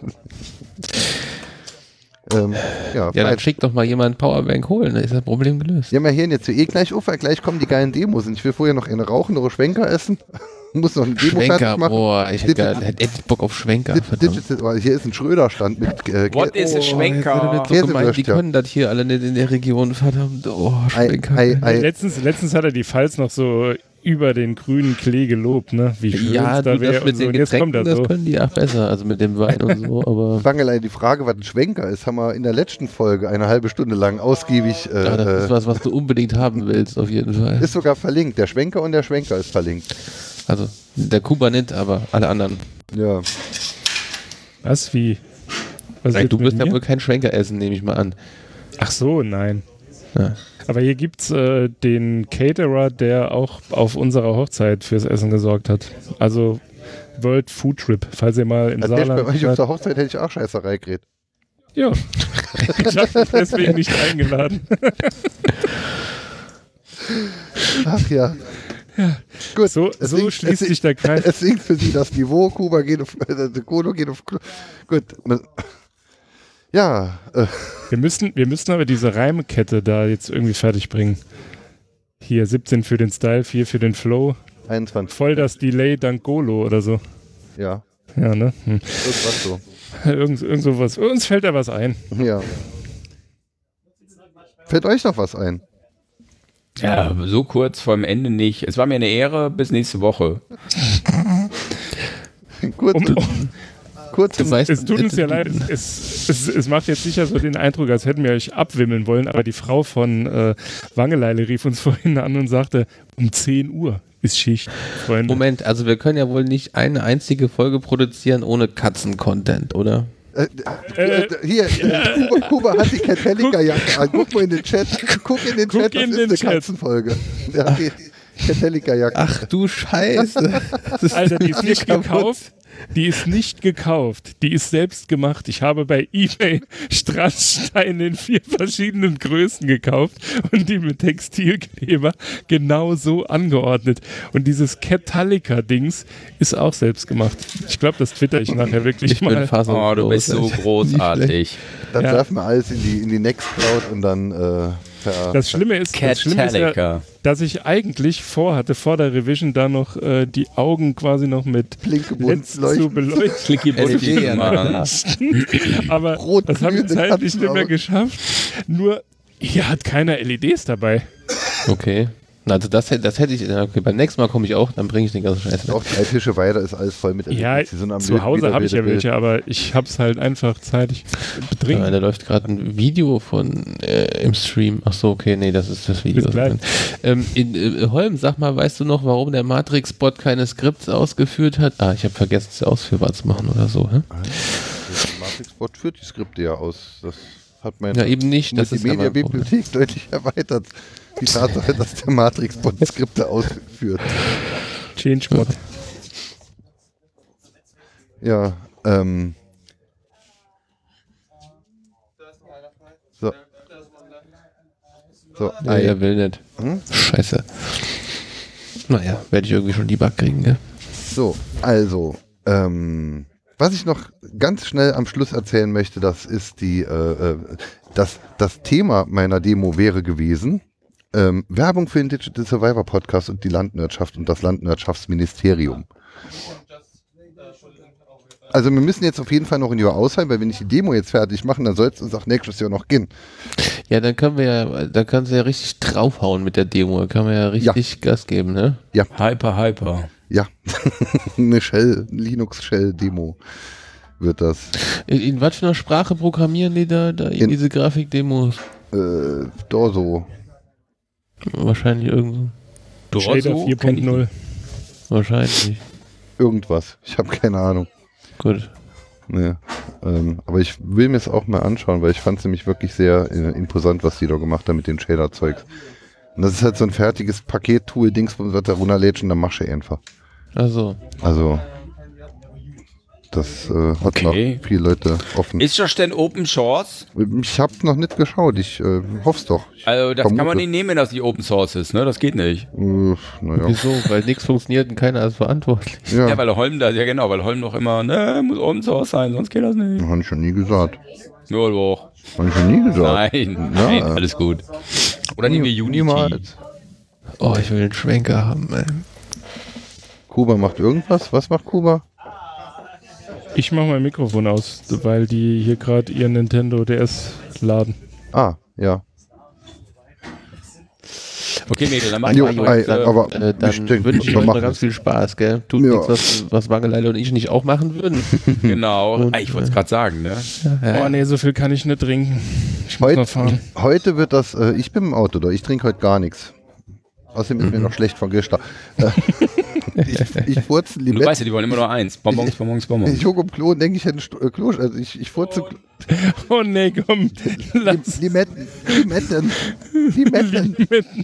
Ähm, ja, Ja, dann Fight. schick doch mal jemand Powerbank holen, dann ist das Problem gelöst. Ja, wir hören jetzt eh gleich auf, weil gleich kommen die geilen Demos und ich will vorher noch eine rauchen, noch eine Schwenker essen. Muss noch eine Demo Schwenker, fertig machen. boah, ich hätte Digital- geil- hätte echt Bock auf Schwenker. Di- verdammt. Digital, oh, hier ist ein Schröder-Stand mit äh, What is a Oh, Schwenker? jetzt wird das so Käsewürstchen. gemeint, die können das hier alle nicht in der Region, verdammt. Oh, Ei, Schwenker. Ei, Ei. Letztens, letztens hat er die Pfalz noch so über den grünen Klee gelobt, ne? Wie schön Ja, es da du, wäre das mit und so. den Und jetzt kommt Getränken, er das so. können die auch besser, also mit dem Wein und so, aber Bangelei, die Frage, was ein Schwenker ist, haben wir in der letzten Folge eine halbe Stunde lang ausgiebig. Äh, ja, das ist äh, was, was du unbedingt haben willst, auf jeden Fall. ist sogar verlinkt. Der Schwenker und der Schwenker ist verlinkt. Also, der Kuba nicht, aber alle anderen. Ja. Was? Wie? Was Nein, jetzt du mit wirst ja mir? wohl kein Schwenker essen, nehme ich mal an. Ach so, nein. Ja. Aber hier gibt's äh, den Caterer, der auch auf unserer Hochzeit fürs Essen gesorgt hat. Also World Food Trip, falls ihr mal im Das hätte ich bei Saarland euch auf seid. der Hochzeit hätte ich auch Scheißerei geredet. Ja. Ich habe mich deswegen nicht eingeladen. Ach ja. Gut. So, Es so sinkt- schließt es sich der Kreis. Es sinkt für sie das Niveau. Kuba geht auf, äh, Kono geht auf. Gut. Ja. Äh, Wir müssen, wir müssen aber diese Reimkette da jetzt irgendwie fertig bringen. Hier siebzehn für den Style, vier für den Flow. einundzwanzig. Voll das Delay dank Golo oder so. Ja. Ja, ne? Hm. Irgendwas so. Irgend, irgend sowas. Uns fällt da was ein. Ja. Fällt euch noch was ein? Ja, so kurz vor dem Ende nicht. Es war mir eine Ehre. Bis nächste Woche. Kurz, Um, um, kurz Du weißt, es tut uns äh, ja leid, es, es, es macht jetzt sicher so den Eindruck, als hätten wir euch abwimmeln wollen, aber die Frau von äh, Wangeleile rief uns vorhin an und sagte, um zehn Uhr ist Schicht, Freunde. Moment, also wir können ja wohl nicht eine einzige Folge produzieren ohne Katzen-Content, oder? Äh, äh, hier, äh, Kuba, Kuba hat die Catholica-Jacke an. Guck mal in den Chat. Guck in den Guck Chat, das in ist den eine Chat. Katzenfolge. Der hat die Catholica-Jacke. Ach du Scheiße. Das ist Alter, die ist mir nicht kaputt. gekauft. Die ist nicht gekauft. Die ist selbst gemacht. Ich habe bei eBay Strasssteine in vier verschiedenen Größen gekauft und die mit Textilkleber genau so angeordnet. Und dieses Catholica-Dings ist auch selbst gemacht. Ich glaube, das twitter ich nachher wirklich Ich bin mal. fassungslos. Oh, du bist so Nicht schlecht. großartig. Dann Ja. werfen wir alles in die, in die Nextcloud und dann äh, per Das Schlimme ist, das Schlimme ist ja, Catalyca. dass ich eigentlich vorhatte, vor der Revision da noch äh, die Augen quasi noch mit Blinkebunt L E Ds zu leuchten. beleuchten. Clicky L E D, Bunty ja, machen. Aber Rot das habe ich glühende zeitlich nicht mehr Katzenaugen. geschafft. Nur, hier hat keiner L E Ds dabei. Okay. Also das, hätte- das hätte ich, okay, beim nächsten Mal komme ich auch, dann bringe ich den ganzen Scheiß mit. Auch drei Tische weiter ist alles voll mit L E Ds. Ja, Sie sind am zu Hause wieder habe ich ja wilde welche, aber ich habe es halt einfach zeitlich bedrängt. Ja, da läuft gerade ein Video von äh, im Stream. Ach so, okay, nee, das ist das Video. Bis gleich. Ähm, in, äh, Holm, sag mal, weißt du noch, warum der Matrix-Bot keine Skripts ausgeführt hat? Ah, ich habe vergessen, sie ausführbar zu machen oder so. Hä? Der Matrix-Bot führt die Skripte ja aus. Das hat mein Ja, eben nicht. Das ist ja mein Problem. Multimedia-Bibliothek deutlich erweitert. Die Tatsache, dass der Matrix-Bot Skripte ausführt. Change-Mod. Ja, ähm. So. So, Ja, Ei. er will nicht. Hm? Scheiße. Naja, werde ich irgendwie schon Debug kriegen, gell? So, also, ähm, was ich noch ganz schnell am Schluss erzählen möchte, das ist die, äh, äh, das, das Thema meiner Demo wäre gewesen, ähm, Werbung für den Digital Survivor Podcast und die Landwirtschaft und das Landwirtschaftsministerium. Also wir müssen jetzt auf jeden Fall noch ein Jahr aushalten, weil wenn ich die Demo jetzt fertig machen, dann soll es uns auch nächstes Jahr noch gehen. Ja, dann können wir ja, da kannst du ja richtig draufhauen mit der Demo. Da kann man ja richtig Gas geben, ne? Hyper, hyper. Ja, eine Shell, Linux-Shell-Demo wird das. In, in was für einer Sprache programmieren die da, da in, In- diese Grafikdemos? Äh, Dorso. Wahrscheinlich irgendwo. Shader vier Punkt null. Wahrscheinlich. Irgendwas. Ich habe keine Ahnung. Gut. Nee. Ähm, aber ich will mir es auch mal anschauen, weil ich fand es nämlich wirklich sehr äh, imposant, was die da gemacht haben mit den Shader-Zeugs. Und das ist halt so ein fertiges Paket-Tool-Dings, was da runterlädt und dann machst du einfach. Also, Also, das äh, hat Okay. noch viele Leute offen. Ist das denn Open Source? Ich habe noch nicht geschaut, ich äh, hoffe es doch. Ich Also das kann man vermute. nicht nehmen, dass die Open Source ist, ne? Das geht nicht. Äh, naja. wieso? Weil nichts funktioniert und keiner ist verantwortlich. Ja, Ja, weil Holm da, ja genau, weil Holm doch immer, ne, muss Open Source sein, sonst geht das nicht. habe ich schon nie gesagt. Nur doch. Habe ich schon nie gesagt. Nein, Ja. nein, alles gut. Oder nehmen wir Unity. Niemals. Oh, ich will einen Schwenker haben, ey. Kuba macht irgendwas? Was macht Kuba? Ich mache mein Mikrofon aus, weil die hier gerade ihr Nintendo D S laden. Ah, ja. Okay, Mädel, dann machen Jo, wir ei, jetzt, äh, aber Äh, dann ich denke, wünsche ich wir euch noch machen ganz es. viel Spaß, gell? Tut Ja. nichts, was, was Wangeleile und ich nicht auch machen würden. genau. Und, Ah, ich wollte es gerade sagen, ne? Oh nee, so viel kann ich nicht trinken. Ich muss Heute, noch fahren. heute wird das, äh, ich bin im Auto da, ich trinke heute gar nichts. Außerdem ist mir noch schlecht von gestern. Äh, ich ich furze Du Limetten. weißt ja, die wollen immer nur eins. Bonbons, Bonbons, Bonbons. Ich gucke um Klo und denke, ich hätte ein Sto- äh, Klo. Also ich, ich furze Klo- Oh nee, komm. Lass Limetten. Limetten. Limetten. Limetten.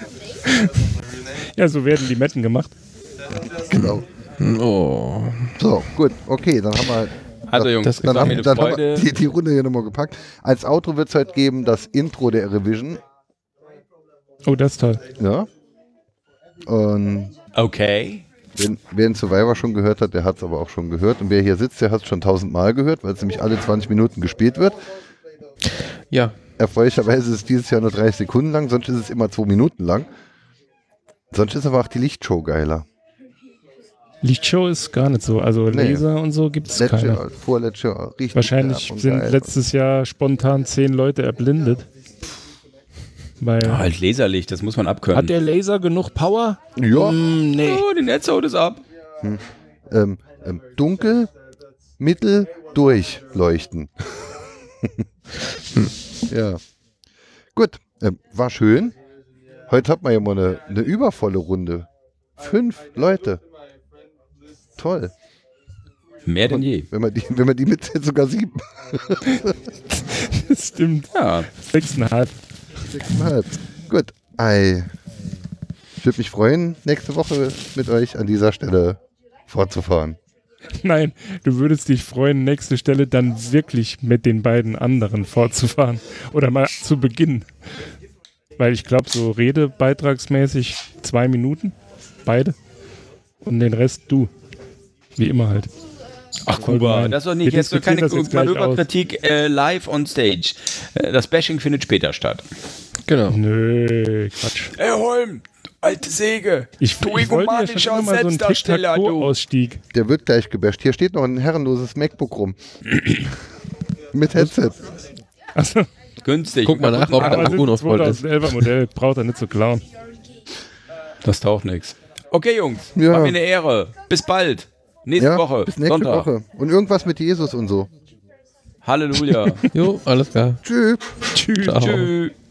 Ja, so werden Limetten gemacht. Genau. Oh. So, gut, okay, dann haben wir Also Jungs, das- es dann war haben, mir eine dann haben wir Freude. die, die Runde hier nochmal gepackt. Als Outro wird es heute geben das Intro der Revision. Oh, das ist toll. Ja. Und Okay. wer, wer den Survivor schon gehört hat, der hat es aber auch schon gehört. Und wer hier sitzt, der hat es schon tausendmal gehört, weil es nämlich alle zwanzig Minuten gespielt wird. Ja, Erfreulicherweise ist es dieses Jahr nur dreißig Sekunden lang, sonst ist es immer zwei Minuten lang. Sonst ist aber auch die Lichtshow geiler. Lichtshow ist gar nicht so. Also Nee. Laser und so gibt es Letzte, keine. Jahr, vorletzte Jahr, richtig Wahrscheinlich derb und sind geil. letztes Jahr spontan zehn Leute erblindet. Weil Ah, halt Laserlicht, das muss man abkönnen. hat der Laser genug Power? Ja, Mm, nee. Oh, die Netzhaut ist ab. ähm, ähm, dunkel, mittel, durchleuchten. Ja. Gut, ähm, war schön. Heute hat man ja mal eine, eine übervolle Runde. Fünf Leute. Toll. Mehr denn je. Wenn man die, wenn man die mitzählt, sogar sieben. Das stimmt. Ja. Sechseinhalb. Sechseinhalb. Gut. Ei. Ich würde mich freuen, nächste Woche mit euch an dieser Stelle fortzufahren. Nein, du würdest dich freuen, nächste Stelle dann wirklich mit den beiden anderen fortzufahren. Oder mal zu Beginn. Weil ich glaube, so redebeitragsmäßig zwei Minuten. Beide. Und den Rest du. Wie immer halt. Ach, Kuba, das ist doch nicht. Wir Jetzt so keine diskutieren das jetzt gleich Manöverkritik äh, live on stage. Äh, das Bashing findet später statt. Genau. Nö, Quatsch. Ey Holm, alte Säge. Ich, Du ich wollte ja egomanischer schon immer so einen Selbstdarsteller, du. Tic-Tac-Toe-Ausstieg. Der wird gleich gebasht. Hier steht noch ein herrenloses MacBook rum. Mit Headset. Achso, Günstig. Guck mal nach, ob der aber Akku noch das voll ist. zweitausendelfer Modell, braucht er nicht zu klauen. Das taucht nichts. Okay, Jungs. Ja. War mir eine Ehre. Bis bald. Nächste Ja, Woche. bis nächste Sonntag. Woche. Und irgendwas mit Jesus und so. Halleluja. Jo, alles klar. Tschüss. Tschüss. Ciao. Tschüss.